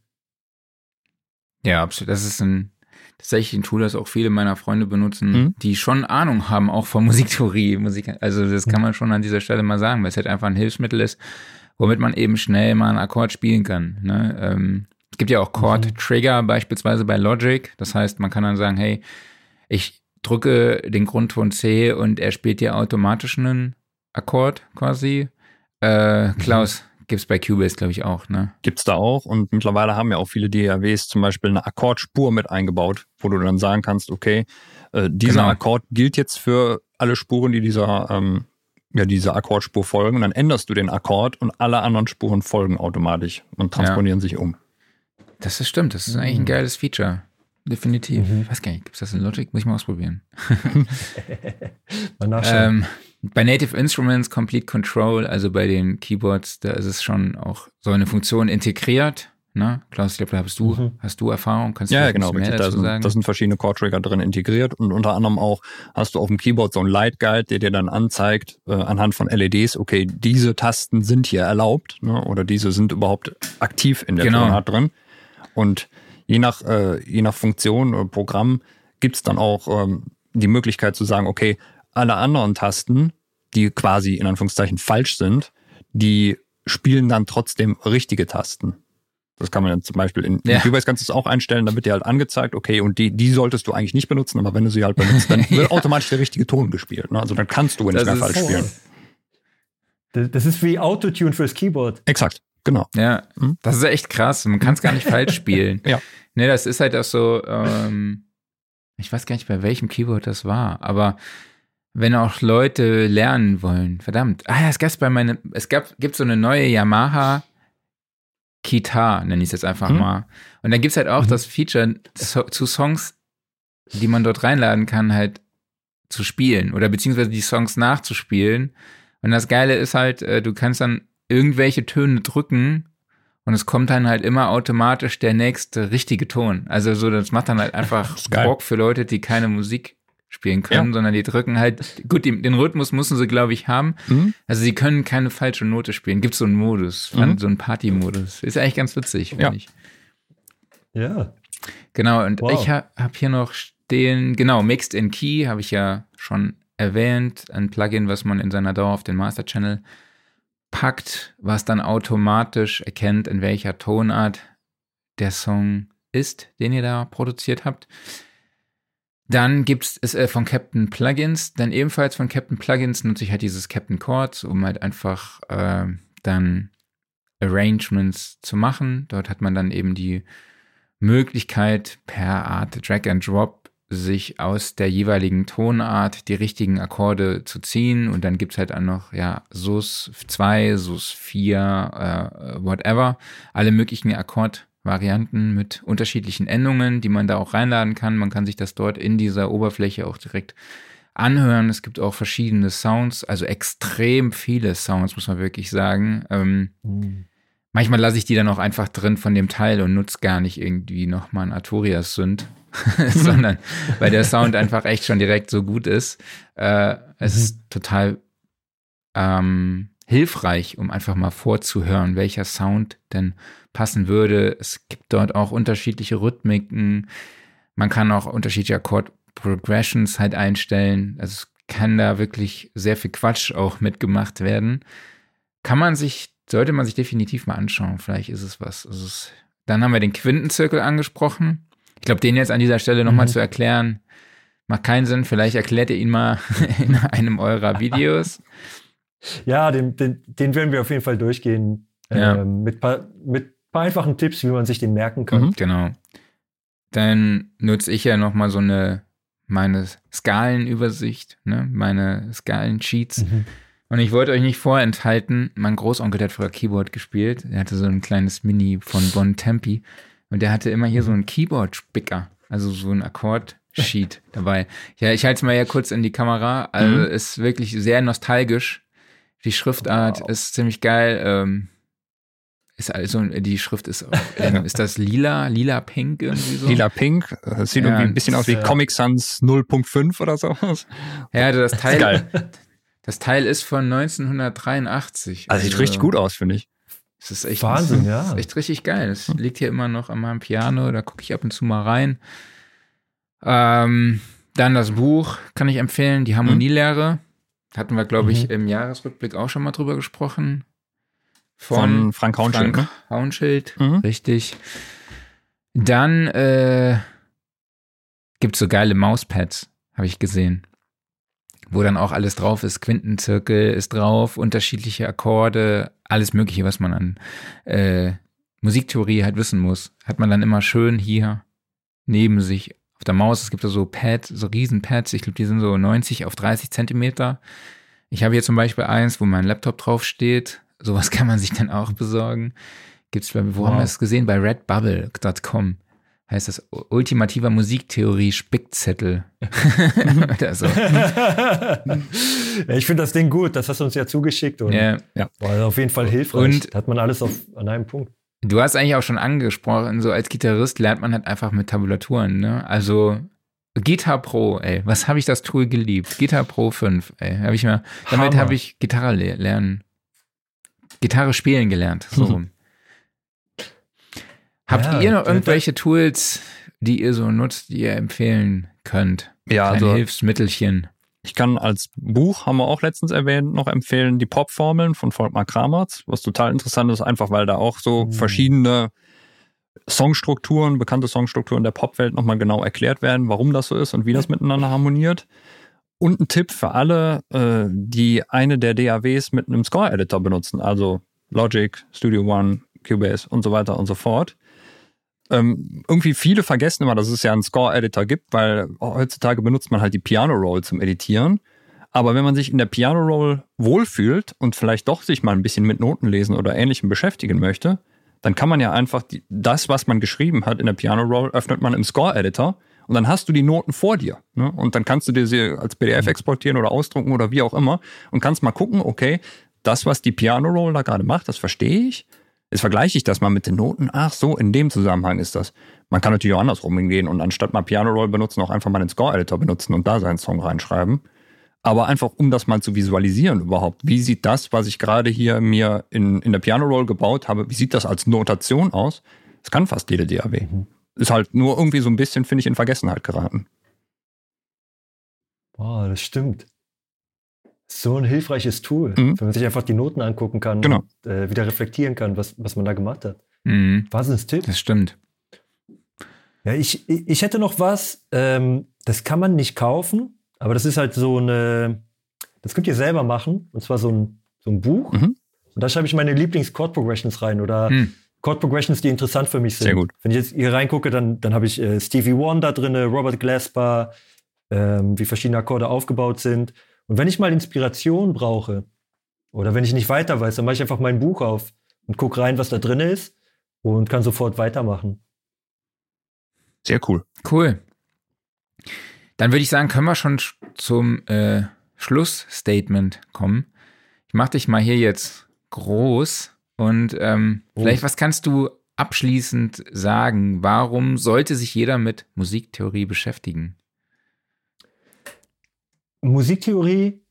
Ja, absolut. Das ist tatsächlich ein Tool, das auch viele meiner Freunde benutzen, die schon Ahnung haben, auch von Musiktheorie. Also das kann man schon an dieser Stelle mal sagen, weil es halt einfach ein Hilfsmittel ist, womit man eben schnell mal einen Akkord spielen kann. Ne? Es gibt ja auch Chord-Trigger beispielsweise bei Logic. Das heißt, man kann dann sagen, hey, ich drücke den Grundton C und er spielt dir automatisch einen Akkord quasi. Klaus, gibt's bei Cubase, glaube ich, auch, ne? Gibt's da auch, und mittlerweile haben ja auch viele DAWs zum Beispiel eine Akkordspur mit eingebaut, wo du dann sagen kannst, okay, dieser Akkord gilt jetzt für alle Spuren, die dieser Akkordspur folgen, und dann änderst du den Akkord und alle anderen Spuren folgen automatisch und transponieren sich um. Das ist stimmt, das ist eigentlich ein geiles Feature. Definitiv. Ich weiß gar nicht, gibt's das in Logic? Muss ich mal ausprobieren. Mal nachschauen. Bei Native Instruments Complete Control, also bei den Keyboards, da ist es schon auch so eine Funktion integriert. Ne? Klaus, ich glaube, da hast du Erfahrung? Kannst du ja, genau. mehr dazu sagen? Da sind verschiedene Chord-Trigger drin integriert, und unter anderem auch hast du auf dem Keyboard so einen Light Guide, der dir dann anzeigt, anhand von LEDs, okay, diese Tasten sind hier erlaubt, ne? Oder diese sind überhaupt aktiv in der Tonart drin. Und je nach Funktion oder Programm gibt's dann auch die Möglichkeit zu sagen, okay, alle anderen Tasten, die quasi in Anführungszeichen falsch sind, die spielen dann trotzdem richtige Tasten. Das kann man dann zum Beispiel in Cubase kannst du es auch einstellen, dann wird dir halt angezeigt, okay, und die solltest du eigentlich nicht benutzen, aber wenn du sie halt benutzt, dann wird automatisch der richtige Ton gespielt. Ne? Also dann kannst du nicht mehr falsch spielen. Das ist wie Autotune fürs Keyboard. Exakt, genau. Ja, das ist echt krass. Man kann es gar nicht falsch spielen. Ja. Ne, das ist halt auch so, ich weiß gar nicht, bei welchem Keyboard das war, aber wenn auch Leute lernen wollen, verdammt. Es gibt so eine neue Yamaha Kitar, nenne ich es jetzt einfach mal. Und dann gibt's halt auch das Feature, zu Songs, die man dort reinladen kann, halt zu spielen oder beziehungsweise die Songs nachzuspielen. Und das Geile ist halt, du kannst dann irgendwelche Töne drücken und es kommt dann halt immer automatisch der nächste richtige Ton. Also so, das macht dann halt einfach Bock für Leute, die keine Musik spielen können, sondern die drücken halt, gut, den Rhythmus müssen sie, glaube ich, haben. Also sie können keine falsche Note spielen. Gibt so einen Modus, so einen Party-Modus. Ist eigentlich ganz witzig, finde ich. Ja. Genau, und ich habe hier noch stehen, genau, Mixed in Key, habe ich ja schon erwähnt, ein Plugin, was man in seiner DAW auf den Master Channel packt, was dann automatisch erkennt, in welcher Tonart der Song ist, den ihr da produziert habt. Dann gibt es von Captain Plugins, dann ebenfalls von Captain Plugins nutze ich halt dieses Captain Chords, um halt einfach dann Arrangements zu machen. Dort hat man dann eben die Möglichkeit, per Art Drag and Drop sich aus der jeweiligen Tonart die richtigen Akkorde zu ziehen. Und dann gibt es halt auch noch Sus 2, Sus 4, whatever, alle möglichen Akkordvarianten mit unterschiedlichen Endungen, die man da auch reinladen kann. Man kann sich das dort in dieser Oberfläche auch direkt anhören. Es gibt auch verschiedene Sounds, also extrem viele Sounds, muss man wirklich sagen. Manchmal lasse ich die dann auch einfach drin von dem Teil und nutze gar nicht irgendwie nochmal einen Arturia-Synth, sondern weil der Sound einfach echt schon direkt so gut ist. Es ist total hilfreich, um einfach mal vorzuhören, welcher Sound denn passen würde. Es gibt dort auch unterschiedliche Rhythmiken. Man kann auch unterschiedliche Chord-Progressions halt einstellen. Also es kann da wirklich sehr viel Quatsch auch mitgemacht werden. Sollte man sich definitiv mal anschauen. Vielleicht ist es was. Dann haben wir den Quintenzirkel angesprochen. Ich glaube, den jetzt an dieser Stelle nochmal zu erklären, macht keinen Sinn. Vielleicht erklärt ihr ihn mal in einem eurer Videos. Ja, den werden wir auf jeden Fall durchgehen. Mit paar einfachen Tipps, wie man sich den merken kann. Genau. Dann nutze ich ja nochmal meine Skalenübersicht, ne? Meine Skalen-Cheats. Und ich wollte euch nicht vorenthalten, mein Großonkel, der hat früher Keyboard gespielt. Der hatte so ein kleines Mini von Bon Tempi. Und der hatte immer hier so einen Keyboard-Spicker, also so ein Akkord-Sheet dabei. Ja, ich halte es mal ja kurz in die Kamera. Also ist wirklich sehr nostalgisch. Die Schriftart ist ziemlich geil. Die Schrift ist das lila-pink irgendwie so? Lila-pink, das sieht irgendwie ein bisschen aus wie Comic Sans 0.5 oder sowas. Ja, das Teil, geil. Das Teil ist von 1983. Also sieht richtig gut aus, finde ich. Das ist echt Wahnsinn, das ist echt richtig geil. Das liegt hier immer noch an meinem Piano, da gucke ich ab und zu mal rein. Dann das Buch kann ich empfehlen, die Harmonielehre. Hatten wir, glaube ich, im Jahresrückblick auch schon mal drüber gesprochen. Von Frank Haunschild. Frank Haunschild, richtig. Dann gibt es so geile Mauspads, habe ich gesehen. Wo dann auch alles drauf ist. Quintenzirkel ist drauf, unterschiedliche Akkorde, alles Mögliche, was man an Musiktheorie halt wissen muss. Hat man dann immer schön hier neben sich auf der Maus. Es gibt da so Pads, so Riesenpads. Ich glaube, die sind so 90 auf 30 Zentimeter. Ich habe hier zum Beispiel eins, wo mein Laptop drauf steht. Sowas kann man sich dann auch besorgen. Gibt's haben wir es gesehen? Bei redbubble.com. Heißt das ultimativer Musiktheorie-Spickzettel. Oder so. Ich finde das Ding gut, das hast du uns ja zugeschickt. Und war auf jeden Fall hilfreich. Und da hat man alles an einem Punkt. Du hast eigentlich auch schon angesprochen, so als Gitarrist lernt man halt einfach mit Tabulaturen, ne? Also Guitar Pro, ey, was habe ich das Tool geliebt? Guitar Pro 5, ey, damit habe ich Gitarre spielen gelernt, so rum. Habt ihr noch irgendwelche Tools, die ihr so nutzt, die ihr empfehlen könnt? Ja, also Hilfsmittelchen. Ich kann als Buch, haben wir auch letztens erwähnt, noch empfehlen, die Pop-Formeln von Volkmar Kramertz, was total interessant ist, einfach weil da auch so verschiedene Songstrukturen, bekannte Songstrukturen der Popwelt nochmal genau erklärt werden, warum das so ist und wie das miteinander harmoniert. Und ein Tipp für alle, die eine der DAWs mit einem Score-Editor benutzen, also Logic, Studio One, Cubase und so weiter und so fort. Irgendwie viele vergessen immer, dass es ja einen Score-Editor gibt, weil heutzutage benutzt man halt die Piano-Roll zum Editieren. Aber wenn man sich in der Piano-Roll wohlfühlt und vielleicht doch sich mal ein bisschen mit Notenlesen oder Ähnlichem beschäftigen möchte, dann kann man ja einfach das, was man geschrieben hat in der Piano-Roll, öffnet man im Score-Editor und dann hast du die Noten vor dir. Ne? Und dann kannst du dir sie als PDF exportieren oder ausdrucken oder wie auch immer und kannst mal gucken, okay, das, was die Piano-Roll da gerade macht, das verstehe ich. Jetzt vergleiche ich das mal mit den Noten. Ach so, in dem Zusammenhang ist das. Man kann natürlich auch andersrum hingehen und anstatt mal Piano Roll benutzen, auch einfach mal den Score-Editor benutzen und da seinen Song reinschreiben. Aber einfach, um das mal zu visualisieren überhaupt. Wie sieht das, was ich gerade hier mir in der Piano Roll gebaut habe, wie sieht das als Notation aus? Das kann fast jede DAW. Ist halt nur irgendwie so ein bisschen, finde ich, in Vergessenheit geraten. Boah, das stimmt. So ein hilfreiches Tool, wenn man sich einfach die Noten angucken kann und wieder reflektieren kann, was man da gemacht hat. Wahnsinnstipp. Das stimmt. Ja, ich hätte noch was, das kann man nicht kaufen, aber das ist halt das könnt ihr selber machen, und zwar so ein Buch. Und da schreibe ich meine Lieblings-Chord-Progressions rein oder Chord-Progressions, die interessant für mich sind. Sehr gut. Wenn ich jetzt hier reingucke, dann habe ich Stevie Wonder drin, Robert Glasper, wie verschiedene Akkorde aufgebaut sind. Und wenn ich mal Inspiration brauche oder wenn ich nicht weiter weiß, dann mache ich einfach mein Buch auf und gucke rein, was da drin ist und kann sofort weitermachen. Sehr cool. Cool. Dann würde ich sagen, können wir schon zum Schlussstatement kommen. Ich mache dich mal hier jetzt groß und vielleicht, was kannst du abschließend sagen, warum sollte sich jeder mit Musiktheorie beschäftigen? Musiktheorie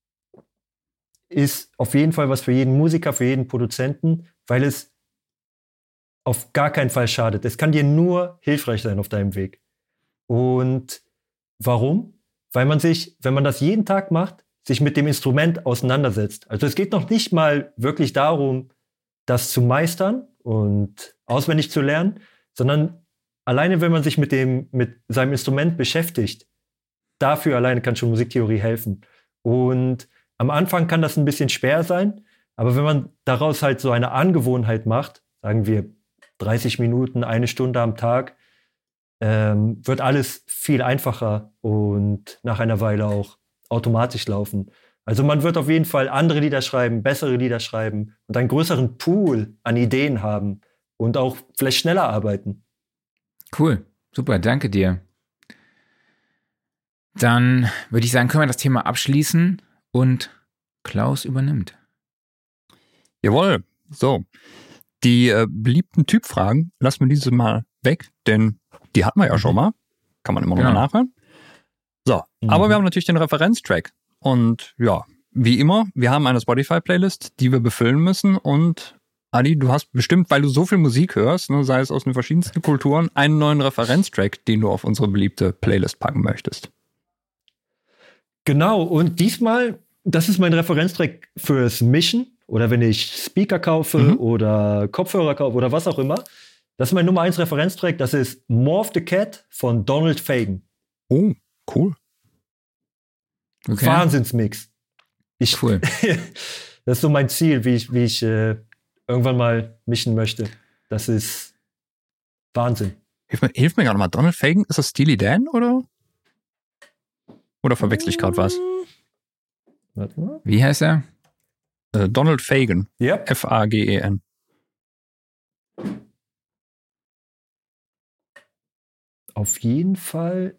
ist auf jeden Fall was für jeden Musiker, für jeden Produzenten, weil es auf gar keinen Fall schadet. Es kann dir nur hilfreich sein auf deinem Weg. Und warum? Weil man sich, wenn man das jeden Tag macht, sich mit dem Instrument auseinandersetzt. Also es geht noch nicht mal wirklich darum, das zu meistern und auswendig zu lernen, sondern alleine, wenn man sich mit seinem Instrument beschäftigt, dafür alleine kann schon Musiktheorie helfen. Und am Anfang kann das ein bisschen schwer sein, aber wenn man daraus halt so eine Angewohnheit macht, sagen wir 30 Minuten, 1 Stunde am Tag, wird alles viel einfacher und nach einer Weile auch automatisch laufen. Also man wird auf jeden Fall andere Lieder schreiben, bessere Lieder schreiben und einen größeren Pool an Ideen haben und auch vielleicht schneller arbeiten. Cool, super, danke dir. Dann würde ich sagen, können wir das Thema abschließen und Klaus übernimmt. Jawohl, so. Die beliebten Typfragen lassen wir dieses Mal weg, denn die hatten wir ja schon mal. Kann man immer noch mal nachhören. So, aber wir haben natürlich den Referenztrack. Und ja, wie immer, wir haben eine Spotify-Playlist, die wir befüllen müssen. Und Adi, du hast bestimmt, weil du so viel Musik hörst, ne, sei es aus den verschiedensten Kulturen, einen neuen Referenztrack, den du auf unsere beliebte Playlist packen möchtest. Genau, und diesmal, das ist mein Referenztrack fürs Mischen oder wenn ich Speaker kaufe oder Kopfhörer kaufe oder was auch immer. Das ist mein Nummer 1 Referenztrack, das ist Morph the Cat von Donald Fagen. Oh, cool. Okay. Wahnsinnsmix. Cool. Das ist so mein Ziel, wie ich irgendwann mal mischen möchte. Das ist Wahnsinn. Hilf mir gerade mal, Donald Fagen, ist das Steely Dan oder verwechsel ich gerade was? Warte mal. Wie heißt er? Donald Fagen. Yep. F-A-G-E-N. Auf jeden Fall.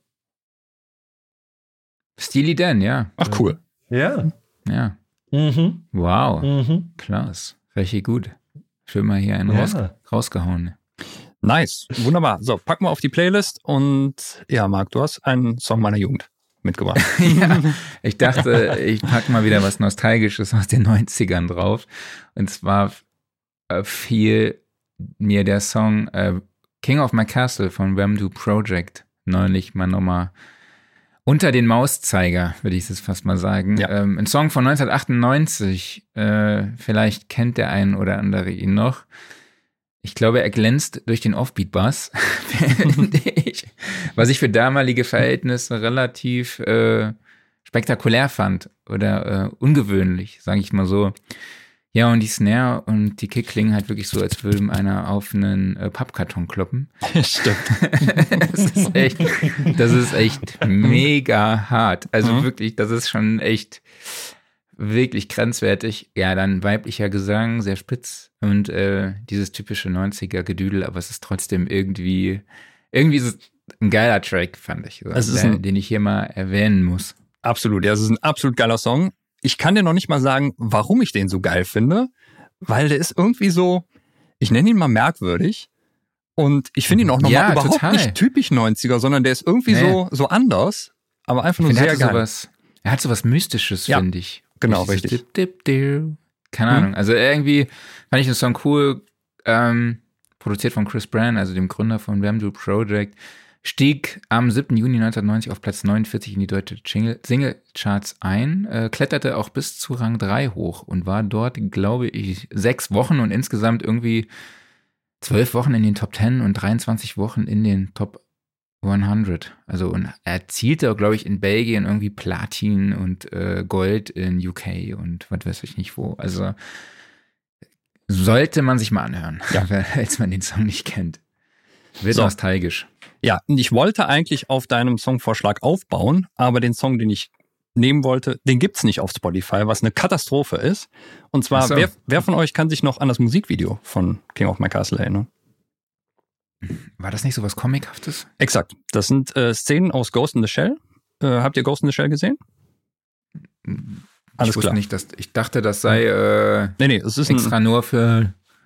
Steely Dan, ja. Ach, cool. Ja. Ja. Mhm. Wow. Klasse. Richtig gut. Schön mal hier einen rausgehauen. Nice. Wunderbar. So, packen wir auf die Playlist und ja, Marc, du hast einen Song meiner Jugend mitgebracht. Ja, ich dachte, ich packe mal wieder was Nostalgisches aus den 90ern drauf. Und zwar fiel mir der Song King of My Castle von Wham-Do Project neulich mal nochmal unter den Mauszeiger, würde ich es fast mal sagen. Ja. Ein Song von 1998, vielleicht kennt der ein oder andere ihn noch. Ich glaube, er glänzt durch den Offbeat-Bass, was ich für damalige Verhältnisse relativ spektakulär fand oder ungewöhnlich, sage ich mal so. Ja, und die Snare und die Kick klingen halt wirklich so, als würde einer auf einen Pappkarton kloppen. Stimmt. Das ist echt mega hart. Also wirklich, das ist schon echt wirklich grenzwertig. Ja, dann weiblicher Gesang, sehr spitz und dieses typische 90er-Gedüdel, aber es ist trotzdem irgendwie ist es ein geiler Track, fand ich, den ich hier mal erwähnen muss. Absolut, ja, es ist ein absolut geiler Song. Ich kann dir noch nicht mal sagen, warum ich den so geil finde, weil der ist irgendwie so, ich nenne ihn mal merkwürdig und ich finde ihn auch nochmal überhaupt nicht typisch 90er, sondern der ist irgendwie so anders, aber einfach nur sehr geil. Er hat sowas Mystisches, finde ich. Genau, richtig. Keine Ahnung, also irgendwie fand ich den Song cool, produziert von Chris Brand, also dem Gründer von Wham-Do Project, stieg am 7. Juni 1990 auf Platz 49 in die deutsche Singlecharts ein, kletterte auch bis zu Rang 3 hoch und war dort, glaube ich, 6 Wochen und insgesamt irgendwie 12 Wochen in den Top 10 und 23 Wochen in den Top 100. Also und er erzielte, glaube ich, in Belgien irgendwie Platin und Gold in UK und was weiß ich nicht wo. Also sollte man sich mal anhören, als man den Song nicht kennt. Wird nostalgisch. Ja, und ich wollte eigentlich auf deinem Songvorschlag aufbauen, aber den Song, den ich nehmen wollte, den gibt's nicht auf Spotify, was eine Katastrophe ist. Und zwar, wer von euch kann sich noch an das Musikvideo von King of My Castle erinnern? War das nicht so was Comichaftes? Exakt. Das sind Szenen aus Ghost in the Shell. Habt ihr Ghost in the Shell gesehen? Alles klar. Nicht, ich dachte, das sei es ist extra nur für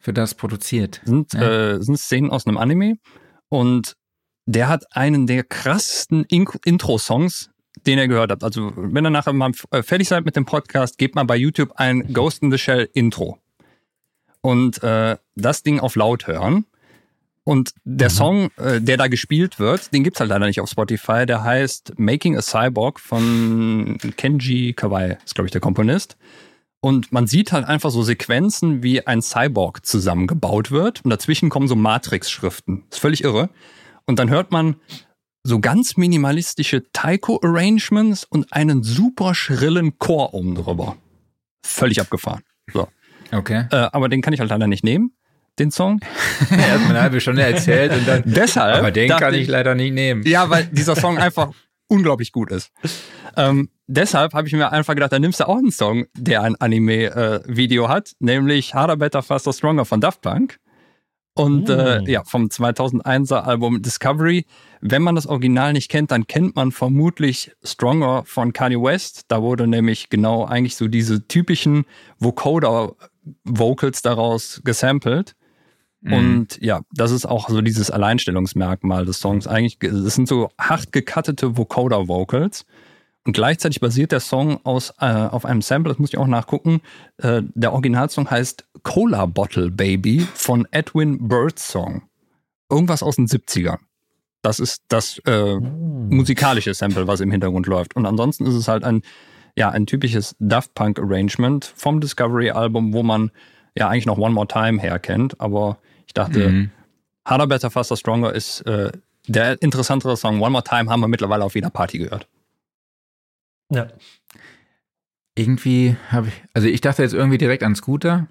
für das produziert. Sind Szenen aus einem Anime und der hat einen der krassesten Intro-Songs, den ihr gehört habt. Also wenn ihr nachher mal fertig seid mit dem Podcast, gebt mal bei YouTube ein Ghost in the Shell Intro. Und das Ding auf laut hören. Und der Song, der da gespielt wird, den gibt's halt leider nicht auf Spotify. Der heißt Making a Cyborg von Kenji Kawai, ist glaube ich der Komponist. Und man sieht halt einfach so Sequenzen, wie ein Cyborg zusammengebaut wird. Und dazwischen kommen so Matrix-Schriften. Ist völlig irre. Und dann hört man so ganz minimalistische Taiko-Arrangements und einen super schrillen Chor oben drüber. Völlig abgefahren. So. Okay. Aber den kann ich halt leider nicht nehmen, den Song. Erst mal eine halbe Stunde erzählt und dann. Deshalb. Aber den kann ich leider nicht nehmen. Ja, weil dieser Song einfach unglaublich gut ist. Deshalb habe ich mir einfach gedacht, dann nimmst du auch einen Song, der ein Anime-Video hat, nämlich Harder, Better, Faster, Stronger von Daft Punk. Und vom 2001er Album Discovery. Wenn man das Original nicht kennt, dann kennt man vermutlich Stronger von Kanye West. Da wurde nämlich genau eigentlich so diese typischen Vocoder-Vocals daraus gesampelt. Und ja, das ist auch so dieses Alleinstellungsmerkmal des Songs. Eigentlich, das sind so hart gecuttete Vocoder-Vocals. Und gleichzeitig basiert der Song auf einem Sample, das muss ich auch nachgucken. Der Originalsong heißt Cola Bottle Baby von Edwin Birdsong. Irgendwas aus den 70ern. Das ist das musikalische Sample, was im Hintergrund läuft. Und ansonsten ist es halt ein typisches Daft Punk Arrangement vom Discovery-Album, wo man ja eigentlich noch One More Time herkennt. Aber ich dachte, Harder, Better, Faster, Stronger ist der interessantere Song. One More Time haben wir mittlerweile auf jeder Party gehört. Ja. Irgendwie ich dachte jetzt irgendwie direkt an Scooter.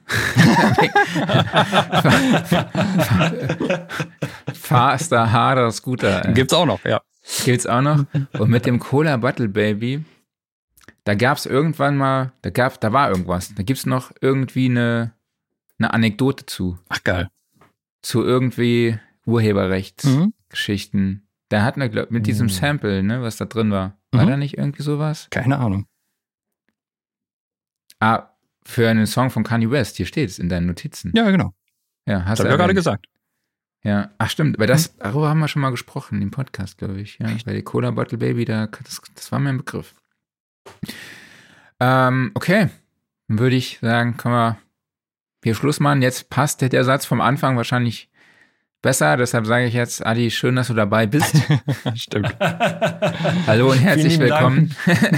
Faster, harder Scooter. Gibt's auch noch, ja. Gibt's auch noch. Und mit dem Cola Bottle Baby, da gab's irgendwann mal, da war irgendwas. Da gibt's noch irgendwie eine Anekdote zu. Ach, geil. Zu irgendwie Urheberrechtsgeschichten. Da hatten wir, mit diesem Sample, ne, was da drin war. War da nicht irgendwie sowas? Keine Ahnung. Für einen Song von Kanye West, hier steht es in deinen Notizen. Ja, genau. Ja, hast du ja gerade gesagt. Ja, ach stimmt, weil darüber haben wir schon mal gesprochen im Podcast, glaube ich. Ja, bei der Cola Bottle Baby, das war mir ein Begriff. Okay, dann würde ich sagen, können wir hier Schluss machen. Jetzt passt der Satz vom Anfang wahrscheinlich besser, deshalb sage ich jetzt, Adi, schön, dass du dabei bist. Stimmt. Hallo und herzlich willkommen.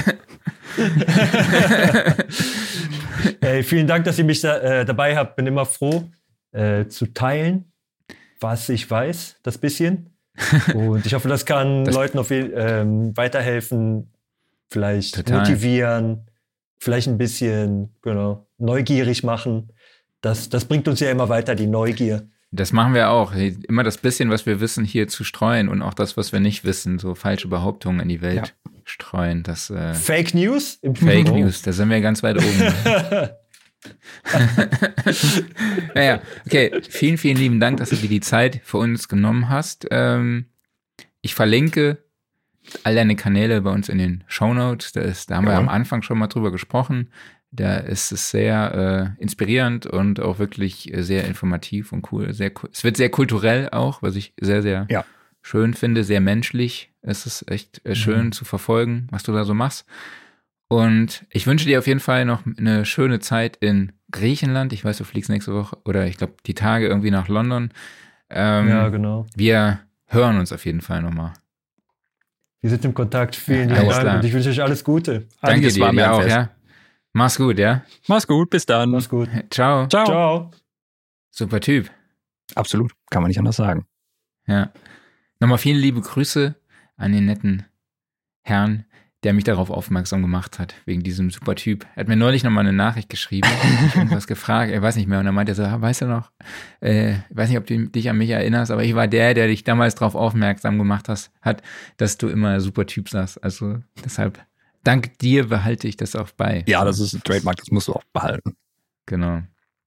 Hey, vielen Dank, dass ihr mich dabei habt. Bin immer froh, zu teilen, was ich weiß, das bisschen. Und ich hoffe, das kann Leuten weiterhelfen, vielleicht motivieren, vielleicht ein bisschen neugierig machen. Das bringt uns ja immer weiter, die Neugier. Das machen wir auch. Immer das bisschen, was wir wissen, hier zu streuen und auch das, was wir nicht wissen, so falsche Behauptungen in die Welt streuen. Das, Fake News? Fake News, da sind wir ganz weit oben. Naja, okay. Vielen, vielen lieben Dank, dass du dir die Zeit für uns genommen hast. Ich verlinke all deine Kanäle bei uns in den Shownotes. Da haben wir am Anfang schon mal drüber gesprochen. Da ist es sehr inspirierend und auch wirklich sehr informativ und cool. Sehr cool. Es wird sehr kulturell auch, was ich sehr, sehr schön finde, sehr menschlich. Es ist echt schön zu verfolgen, was du da so machst. Und ich wünsche dir auf jeden Fall noch eine schöne Zeit in Griechenland. Ich weiß, du fliegst nächste Woche oder ich glaube die Tage irgendwie nach London. Ja, genau. Wir hören uns auf jeden Fall nochmal. Wir sind im Kontakt. Vielen Dank und ich wünsche euch alles Gute. Danke dir auch, ja. Mach's gut, ja? Mach's gut, bis dann. Mach's gut. Ciao. Ciao. Ciao. Super Typ. Absolut, kann man nicht anders sagen. Ja. Nochmal viele liebe Grüße an den netten Herrn, der mich darauf aufmerksam gemacht hat, wegen diesem super Typ. Er hat mir neulich nochmal eine Nachricht geschrieben, mich irgendwas gefragt, er weiß nicht mehr, und dann meinte er so, weißt du noch, ich weiß nicht, ob du dich an mich erinnerst, aber ich war der dich damals darauf aufmerksam gemacht hat, dass du immer super Typ sagst. Also deshalb, dank dir behalte ich das auch bei. Ja, das ist ein Trademark, das musst du auch behalten. Genau.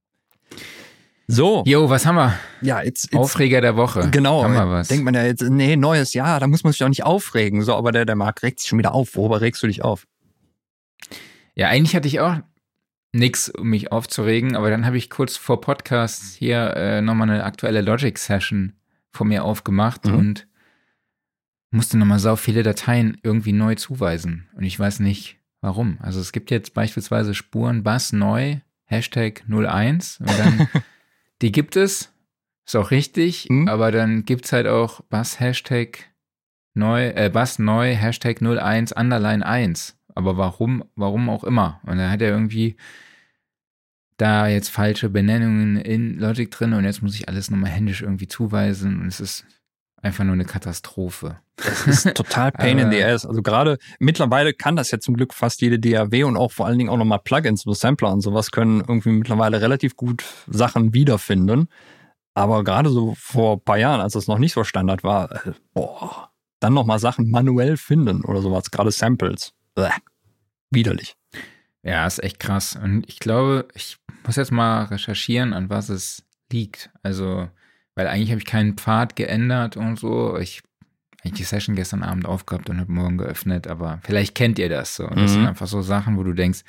So. Jo, was haben wir? Ja, jetzt Aufreger der Woche. Genau. Haben wir was? Denkt man ja jetzt, nee, neues Jahr, da muss man sich doch nicht aufregen. So, aber der Marc regt sich schon wieder auf. Worüber regst du dich auf? Ja, eigentlich hatte ich auch nix, um mich aufzuregen, aber dann habe ich kurz vor Podcast hier nochmal eine aktuelle Logic-Session von mir aufgemacht und musste nochmal sau viele Dateien irgendwie neu zuweisen. Und ich weiß nicht, warum. Also es gibt jetzt beispielsweise Spuren Bass neu, #01 und dann, die gibt es, ist auch richtig, aber dann gibt's halt auch Bass neu, #01 _1. Aber warum auch immer. Und dann hat er irgendwie da jetzt falsche Benennungen in Logic drin und jetzt muss ich alles nochmal händisch irgendwie zuweisen und es ist einfach nur eine Katastrophe. Das ist total pain in the ass. Also gerade mittlerweile kann das ja zum Glück fast jede DAW und auch vor allen Dingen auch nochmal Plugins, so Sampler und sowas können irgendwie mittlerweile relativ gut Sachen wiederfinden. Aber gerade so vor ein paar Jahren, als das noch nicht so Standard war, dann nochmal Sachen manuell finden oder sowas, gerade Samples. Widerlich. Ja, ist echt krass. Und ich glaube, ich muss jetzt mal recherchieren, an was es liegt. Also, weil eigentlich habe ich keinen Pfad geändert und so. Ich habe die Session gestern Abend aufgehabt und heute Morgen geöffnet, aber vielleicht kennt ihr das so. Und das sind einfach so Sachen, wo du denkst,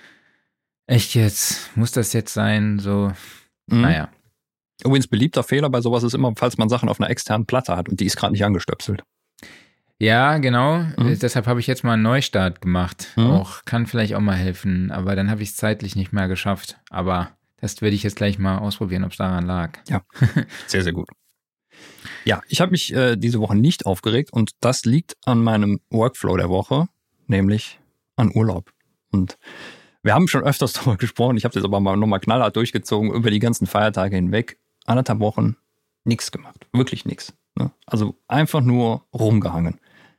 echt jetzt, muss das jetzt sein? So, naja. Übrigens, beliebter Fehler bei sowas ist immer, falls man Sachen auf einer externen Platte hat und die ist gerade nicht angestöpselt. Ja, genau. Deshalb habe ich jetzt mal einen Neustart gemacht. Kann vielleicht auch mal helfen, aber dann habe ich es zeitlich nicht mehr geschafft. Aber das werde ich jetzt gleich mal ausprobieren, ob es daran lag. Ja, sehr, sehr gut. Ja, ich habe mich diese Woche nicht aufgeregt und das liegt an meinem Workflow der Woche, nämlich an Urlaub. Und wir haben schon öfters darüber gesprochen, ich habe das aber mal nochmal knallhart durchgezogen, über die ganzen Feiertage hinweg. 1,5 Wochen nichts gemacht, wirklich nichts. Ne? Also einfach nur rumgehangen.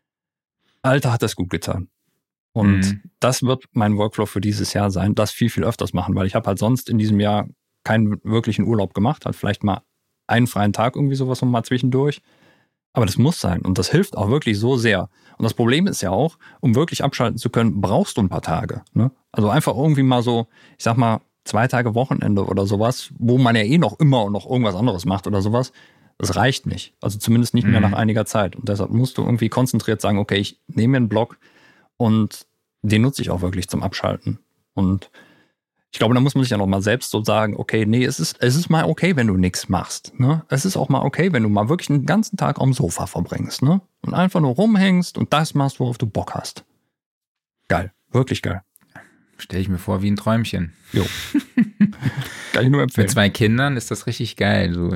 Alter, hat das gut getan. Und das wird mein Workflow für dieses Jahr sein, das viel, viel öfters machen, weil ich habe halt sonst in diesem Jahr keinen wirklichen Urlaub gemacht, halt vielleicht mal einen freien Tag irgendwie sowas mal zwischendurch. Aber das muss sein und das hilft auch wirklich so sehr. Und das Problem ist ja auch, um wirklich abschalten zu können, brauchst du ein paar Tage. Ne? Also einfach irgendwie mal so, ich sag mal, 2 Tage Wochenende oder sowas, wo man ja noch immer noch irgendwas anderes macht oder sowas. Das reicht nicht. Also zumindest nicht mehr nach einiger Zeit. Und deshalb musst du irgendwie konzentriert sagen, okay, ich nehme mir einen Block und den nutze ich auch wirklich zum Abschalten. Und ich glaube, da muss man sich ja noch mal selbst so sagen, okay, nee, es ist mal okay, wenn du nichts machst. Ne? Es ist auch mal okay, wenn du mal wirklich einen ganzen Tag am Sofa verbringst. Ne? Und einfach nur rumhängst und das machst, worauf du Bock hast. Geil. Wirklich geil. Stelle ich mir vor wie ein Träumchen. Jo. Kann ich nur empfehlen. Mit 2 Kindern ist das richtig geil. So,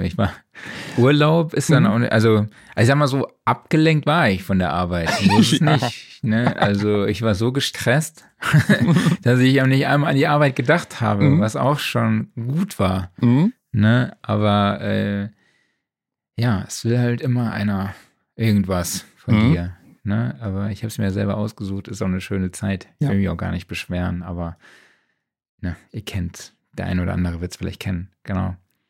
Urlaub ist dann auch, also ich sag mal so, abgelenkt war ich von der Arbeit. So ist es nicht. Ne? Also ich war so gestresst, dass ich auch nicht einmal an die Arbeit gedacht habe, was auch schon gut war. Ne? Aber ja, es will halt immer einer irgendwas von dir. Ne? Aber ich habe es mir ja selber ausgesucht, ist auch eine schöne Zeit. Ich will mich auch gar nicht beschweren, aber ne, ihr kennt's. Der eine oder andere wird es vielleicht kennen, genau.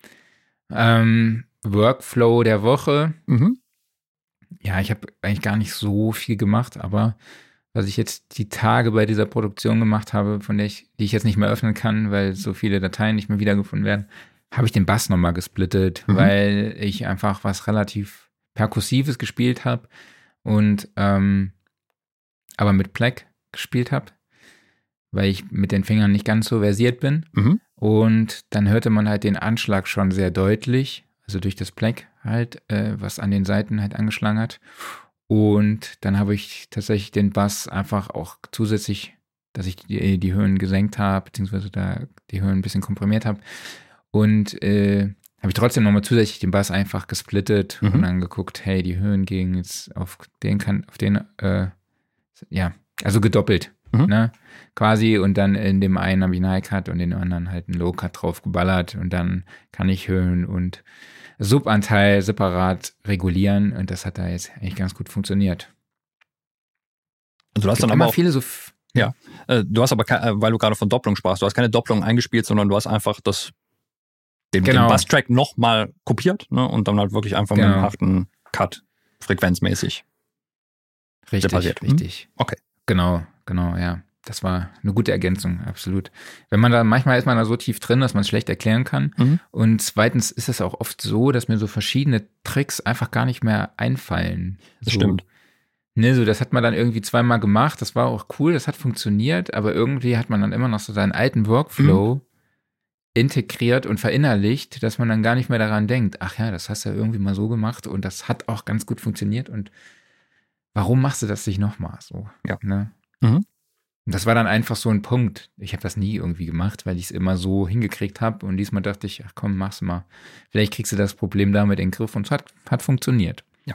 Workflow der Woche. Ja, ich habe eigentlich gar nicht so viel gemacht, aber was ich jetzt die Tage bei dieser Produktion gemacht habe, die ich jetzt nicht mehr öffnen kann, weil so viele Dateien nicht mehr wiedergefunden werden, habe ich den Bass nochmal gesplittet, weil ich einfach was relativ Perkussives gespielt habe und aber mit Pleck gespielt habe, weil ich mit den Fingern nicht ganz so versiert bin. Und dann hörte man halt den Anschlag schon sehr deutlich, also durch das Pleck halt, was an den Seiten halt angeschlagen hat. Und dann habe ich tatsächlich den Bass einfach auch zusätzlich, dass ich die Höhen gesenkt habe, beziehungsweise da die Höhen ein bisschen komprimiert habe. Und habe ich trotzdem nochmal zusätzlich den Bass einfach gesplittet und dann geguckt, hey, die Höhen gingen jetzt auf den, also gedoppelt. Ne, quasi, und dann in dem einen habe ich einen High-Cut und in dem anderen halt einen Low-Cut drauf geballert und dann kann ich Höhen und Subanteil separat regulieren und das hat da jetzt eigentlich ganz gut funktioniert. Also du hast dann aber auch viele so du hast aber, weil du gerade von Doppelung sprachst, du hast keine Doppelung eingespielt, sondern du hast einfach den Bass-Track nochmal kopiert, ne, und dann halt wirklich einfach mit einem harten Cut frequenzmäßig separiert. Richtig. Okay. Genau, ja. Das war eine gute Ergänzung, absolut. Manchmal ist man da so tief drin, dass man es schlecht erklären kann. Und zweitens ist es auch oft so, dass mir so verschiedene Tricks einfach gar nicht mehr einfallen. Das stimmt. Ne, so das hat man dann irgendwie zweimal gemacht, das war auch cool, das hat funktioniert, aber irgendwie hat man dann immer noch so seinen alten Workflow integriert und verinnerlicht, dass man dann gar nicht mehr daran denkt, ach ja, das hast du ja irgendwie mal so gemacht und das hat auch ganz gut funktioniert und warum machst du das nicht nochmal so? Ja. Ne? Mhm. Und das war dann einfach so ein Punkt. Ich habe das nie irgendwie gemacht, weil ich es immer so hingekriegt habe und diesmal dachte ich, ach komm, mach's mal. Vielleicht kriegst du das Problem damit in den Griff und es hat funktioniert. Ja.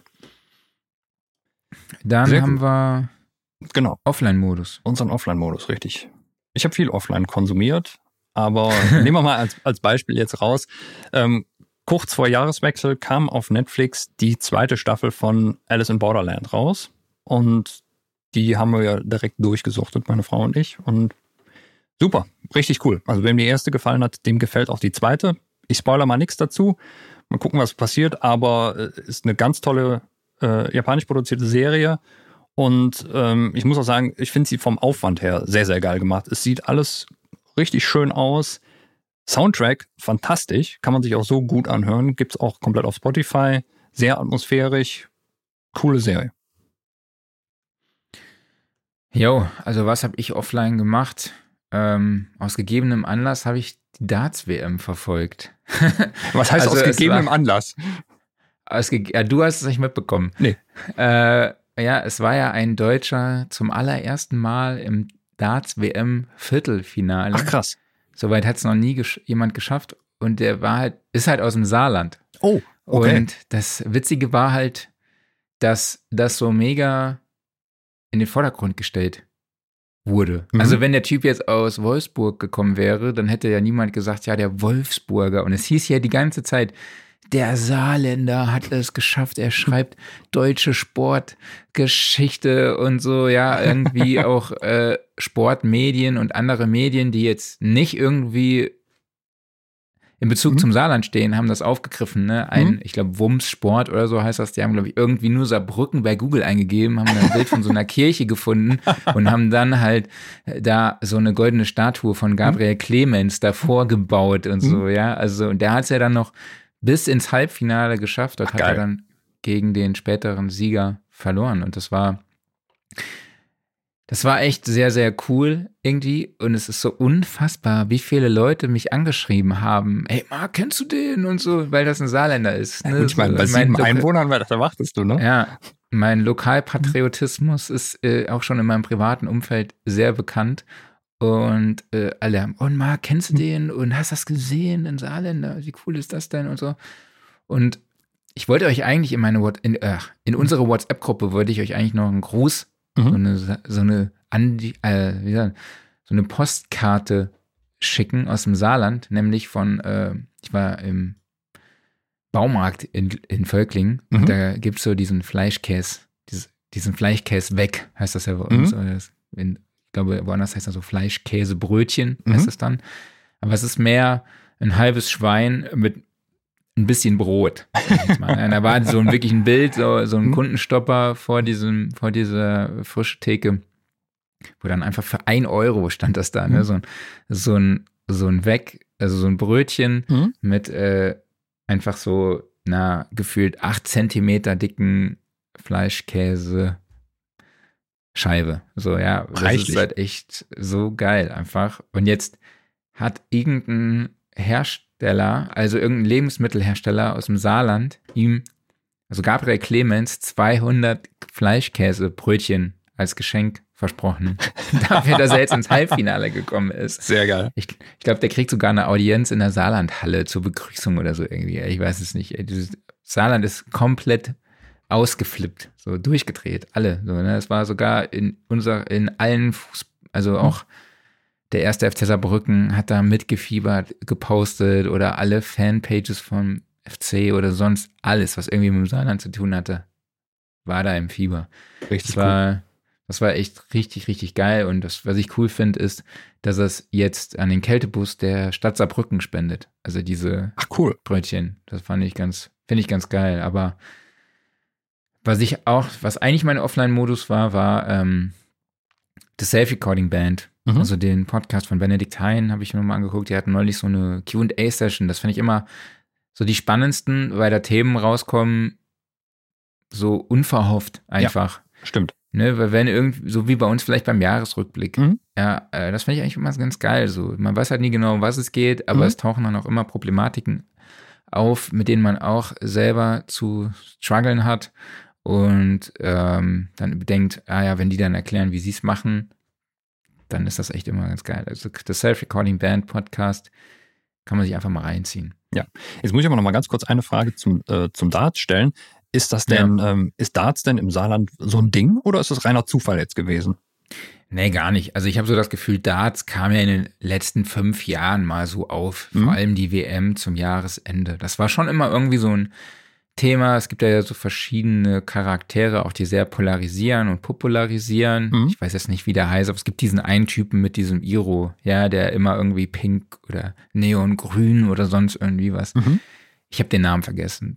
Dann Sehr haben gut. wir Genau. Offline-Modus. Unseren Offline-Modus, richtig. Ich habe viel offline konsumiert, aber nehmen wir mal als Beispiel jetzt raus. Kurz vor Jahreswechsel kam auf Netflix die 2. Staffel von Alice in Borderland raus und die haben wir ja direkt durchgesuchtet, meine Frau und ich, und super, richtig cool. Also wem die erste gefallen hat, dem gefällt auch die 2. Ich spoilere mal nichts dazu, mal gucken, was passiert, aber ist eine ganz tolle japanisch produzierte Serie. Und ich muss auch sagen, ich finde sie vom Aufwand her sehr, sehr geil gemacht. Es sieht alles richtig schön aus. Soundtrack, fantastisch. Kann man sich auch so gut anhören. Gibt's auch komplett auf Spotify. Sehr atmosphärisch. Coole Serie. Jo, also was habe ich offline gemacht? Aus gegebenem Anlass habe ich die Darts-WM verfolgt. Was heißt Also aus gegebenem Anlass? Ja, du hast es nicht mitbekommen. Nee. Ja, es war ja ein Deutscher zum allerersten Mal im Darts-WM-Viertelfinale. Ach krass. Soweit hat es noch nie jemand geschafft. Und der ist halt aus dem Saarland. Oh, okay. Und das Witzige war halt, dass das so mega in den Vordergrund gestellt wurde. Mhm. Also wenn der Typ jetzt aus Wolfsburg gekommen wäre, dann hätte ja niemand gesagt, ja, der Wolfsburger. Und es hieß ja die ganze Zeit, der Saarländer hat es geschafft. Er schreibt deutsche Sportgeschichte und so, ja, irgendwie auch Sportmedien und andere Medien, die jetzt nicht irgendwie in Bezug zum Saarland stehen, haben das aufgegriffen, ne? Ich glaube, Wumms Sport oder so heißt das, die haben, glaube ich, irgendwie nur Saarbrücken bei Google eingegeben, haben ein Bild von so einer Kirche gefunden und haben dann halt da so eine goldene Statue von Gabriel Clemens davor gebaut und so, ja. Also, und der hat es ja dann noch bis ins Halbfinale geschafft. Dort hat er dann gegen den späteren Sieger verloren. Und das war echt sehr, sehr cool irgendwie. Und es ist so unfassbar, wie viele Leute mich angeschrieben haben. Ey, Marc, kennst du den? Und so, weil das ein Saarländer ist. Ne? Ja, gut, ich meine, bei 7 Einwohnern, da wartest du, ne? Ja, mein Lokalpatriotismus ist auch schon in meinem privaten Umfeld sehr bekannt. Und alle haben, und Marc, kennst du den? Und hast du das gesehen, den Saarländer? Wie cool ist das denn? Und so. Und ich wollte euch eigentlich in unsere WhatsApp-Gruppe wollte ich euch eigentlich noch einen Gruß, so eine Postkarte schicken aus dem Saarland, nämlich von, ich war im Baumarkt in Völklingen, und da gibt es so diesen Fleischkäse, diesen Fleischkäse weg, heißt das ja bei uns. Ich glaube, woanders heißt das so Fleischkäsebrötchen, heißt das dann. Aber es ist mehr ein halbes Schwein mit ein bisschen Brot. Da war so wirklich ein Bild, so ein Kundenstopper vor dieser frischen Theke, wo dann einfach für 1 Euro stand das da, ne? So ein Brötchen mit einfach so, gefühlt 8 Zentimeter dicken Fleischkäse Scheibe. So, ja, das Reichlich. ist halt echt so geil einfach. Und jetzt hat irgendein Hersteller, also irgendein Lebensmittelhersteller aus dem Saarland, also Gabriel Clemens, 200 Fleischkäsebrötchen als Geschenk versprochen. Dafür, dass er jetzt ins Halbfinale gekommen ist. Sehr geil. Ich glaube, der kriegt sogar eine Audienz in der Saarlandhalle zur Begrüßung oder so irgendwie. Ich weiß es nicht. Dieses Saarland ist komplett ausgeflippt, so durchgedreht, alle. So, ne? Es war sogar in allen also auch der erste FC Saarbrücken hat da mitgefiebert, gepostet oder alle Fanpages vom FC oder sonst alles, was irgendwie mit dem Saarland zu tun hatte, war da im Fieber. Richtig cool. Das war echt richtig, richtig geil. Und das, was ich cool finde, ist, dass es jetzt an den Kältebus der Stadt Saarbrücken spendet. Also diese Brötchen. Das finde ich ganz geil. Aber was eigentlich mein Offline-Modus war The Self-Recording Band. Also den Podcast von Benedikt Hein habe ich mir mal angeguckt. Die hatten neulich so eine Q&A-Session. Das fand ich immer so die spannendsten, weil da Themen rauskommen, so unverhofft einfach. Stimmt. Ne, weil wenn irgendwie, so wie bei uns vielleicht beim Jahresrückblick, ja, das finde ich eigentlich immer ganz geil. So, man weiß halt nie genau, um was es geht, aber es tauchen dann auch immer Problematiken auf, mit denen man auch selber zu strugglen hat und dann bedenkt, wenn die dann erklären, wie sie es machen, dann ist das echt immer ganz geil. Also das Self-Recording Band Podcast kann man sich einfach mal reinziehen. Ja, jetzt muss ich aber noch mal ganz kurz eine Frage zum Darts stellen. Ist das denn, ist Darts denn im Saarland so ein Ding oder ist das reiner Zufall jetzt gewesen? Nee, gar nicht. Also ich habe so das Gefühl, Darts kam ja in den letzten 5 Jahren mal so auf. Vor allem die WM zum Jahresende. Das war schon immer irgendwie so ein Thema. Es gibt ja so verschiedene Charaktere, auch die sehr polarisieren und popularisieren. Ich weiß jetzt nicht, wie der heißt, aber es gibt diesen einen Typen mit diesem Iro, ja, der immer irgendwie pink oder neongrün oder sonst irgendwie was. Ich habe den Namen vergessen.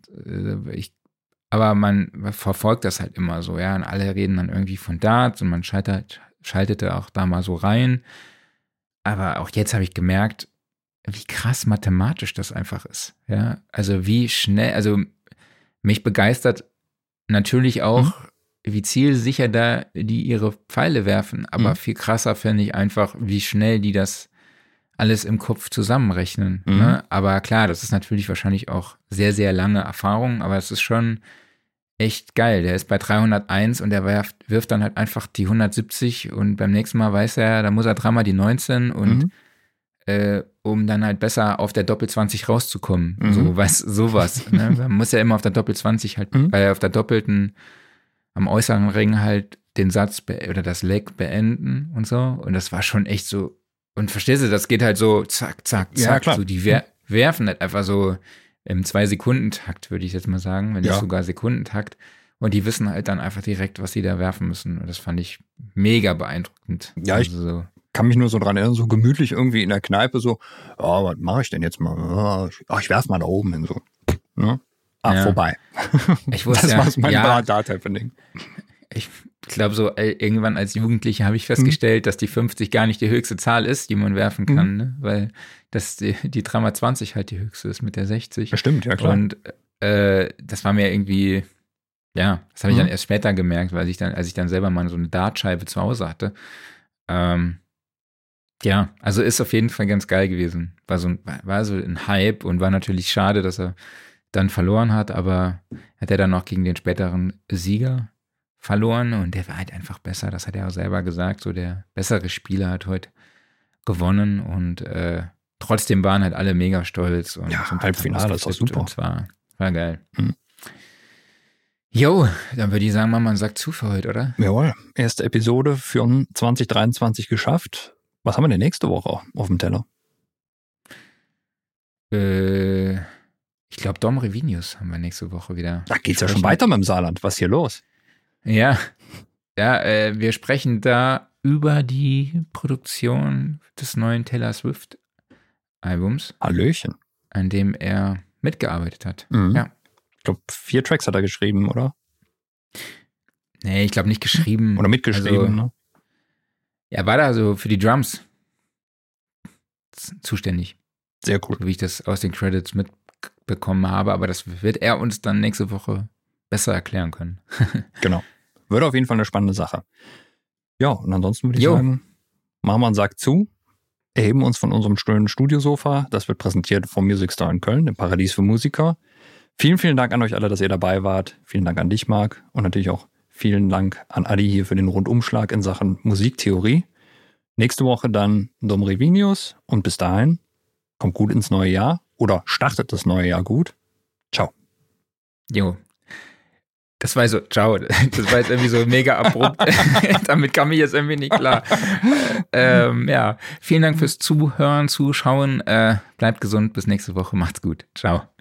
Aber man verfolgt das halt immer so, ja. Und alle reden dann irgendwie von Darts und man schaltete auch da mal so rein. Aber auch jetzt habe ich gemerkt, wie krass mathematisch das einfach ist, ja. Also wie schnell, also mich begeistert natürlich auch, wie zielsicher da die ihre Pfeile werfen. Aber viel krasser finde ich einfach, wie schnell die das alles im Kopf zusammenrechnen. Ne? Aber klar, das ist natürlich wahrscheinlich auch sehr, sehr lange Erfahrung, aber es ist schon echt geil. Der ist bei 301 und der wirft dann halt einfach die 170 und beim nächsten Mal weiß er, da muss er dreimal die 19 und um dann halt besser auf der Doppel-20 rauszukommen. Sowas. Ne? Man muss ja immer auf der Doppel-20 halt, auf der doppelten, am äußeren Ring halt den Satz oder das Leg beenden und so. Und das war schon echt so. Und verstehst du, das geht halt so zack, zack, zack. Ja, klar. So, die werfen halt einfach so im 2-Sekunden-Takt, würde ich jetzt mal sagen, wenn nicht sogar Sekundentakt. Und die wissen halt dann einfach direkt, was sie da werfen müssen. Und das fand ich mega beeindruckend. Ja, ich kann mich nur so dran erinnern, so gemütlich irgendwie in der Kneipe so, was mache ich denn jetzt mal? Ich werf mal da oben hin so. Ne? Vorbei. Ich wusste, das war so mein Dart-Happening. Ich glaube, so irgendwann als Jugendlicher habe ich festgestellt, dass die 50 gar nicht die höchste Zahl ist, die man werfen kann, ne? Weil das die 3x20 halt die höchste ist mit der 60. Das stimmt, ja klar. Und das war mir irgendwie, das habe ich dann erst später gemerkt, weil als ich dann selber mal so eine Dartscheibe zu Hause hatte. Also ist auf jeden Fall ganz geil gewesen. War so ein Hype und war natürlich schade, dass er dann verloren hat, aber hat er dann noch gegen den späteren Sieger verloren und der war halt einfach besser, das hat er auch selber gesagt, so der bessere Spieler hat heute gewonnen und trotzdem waren halt alle mega stolz. Und Halbfinale, das war super. Und war geil. Jo, dann würde ich sagen, man sagt zu für heute, oder? Jawohl, erste Episode für 2023 geschafft. Was haben wir denn nächste Woche auf dem Teller? Ich glaube, Dom Revinius haben wir nächste Woche wieder. Da geht's ja schon weiter mit dem Saarland. Was ist hier los? Ja, wir sprechen da über die Produktion des neuen Taylor Swift Albums. Hallöchen. An dem er mitgearbeitet hat. Ja. Ich glaube, 4 Tracks hat er geschrieben, oder? Nee, ich glaube nicht geschrieben. Oder mitgeschrieben, ne? Er war da so für die Drums zuständig. Sehr cool. So wie ich das aus den Credits mitbekommen habe, aber das wird er uns dann nächste Woche besser erklären können. Genau. Wird auf jeden Fall eine spannende Sache. Ja, und ansonsten würde ich sagen, machen wir einen Sack zu, erheben uns von unserem schönen Studiosofa. Das wird präsentiert vom Music Store in Köln, dem Paradies für Musiker. Vielen, vielen Dank an euch alle, dass ihr dabei wart. Vielen Dank an dich, Marc. Und natürlich auch vielen Dank an Adi hier für den Rundumschlag in Sachen Musiktheorie. Nächste Woche dann Dom Revinius. Und bis dahin, kommt gut ins neue Jahr oder startet das neue Jahr gut. Ciao. Jo. Das war so, ciao. Das war jetzt irgendwie so mega abrupt. Damit kam ich jetzt irgendwie nicht klar. Vielen Dank fürs Zuhören, Zuschauen. Bleibt gesund. Bis nächste Woche. Macht's gut. Ciao.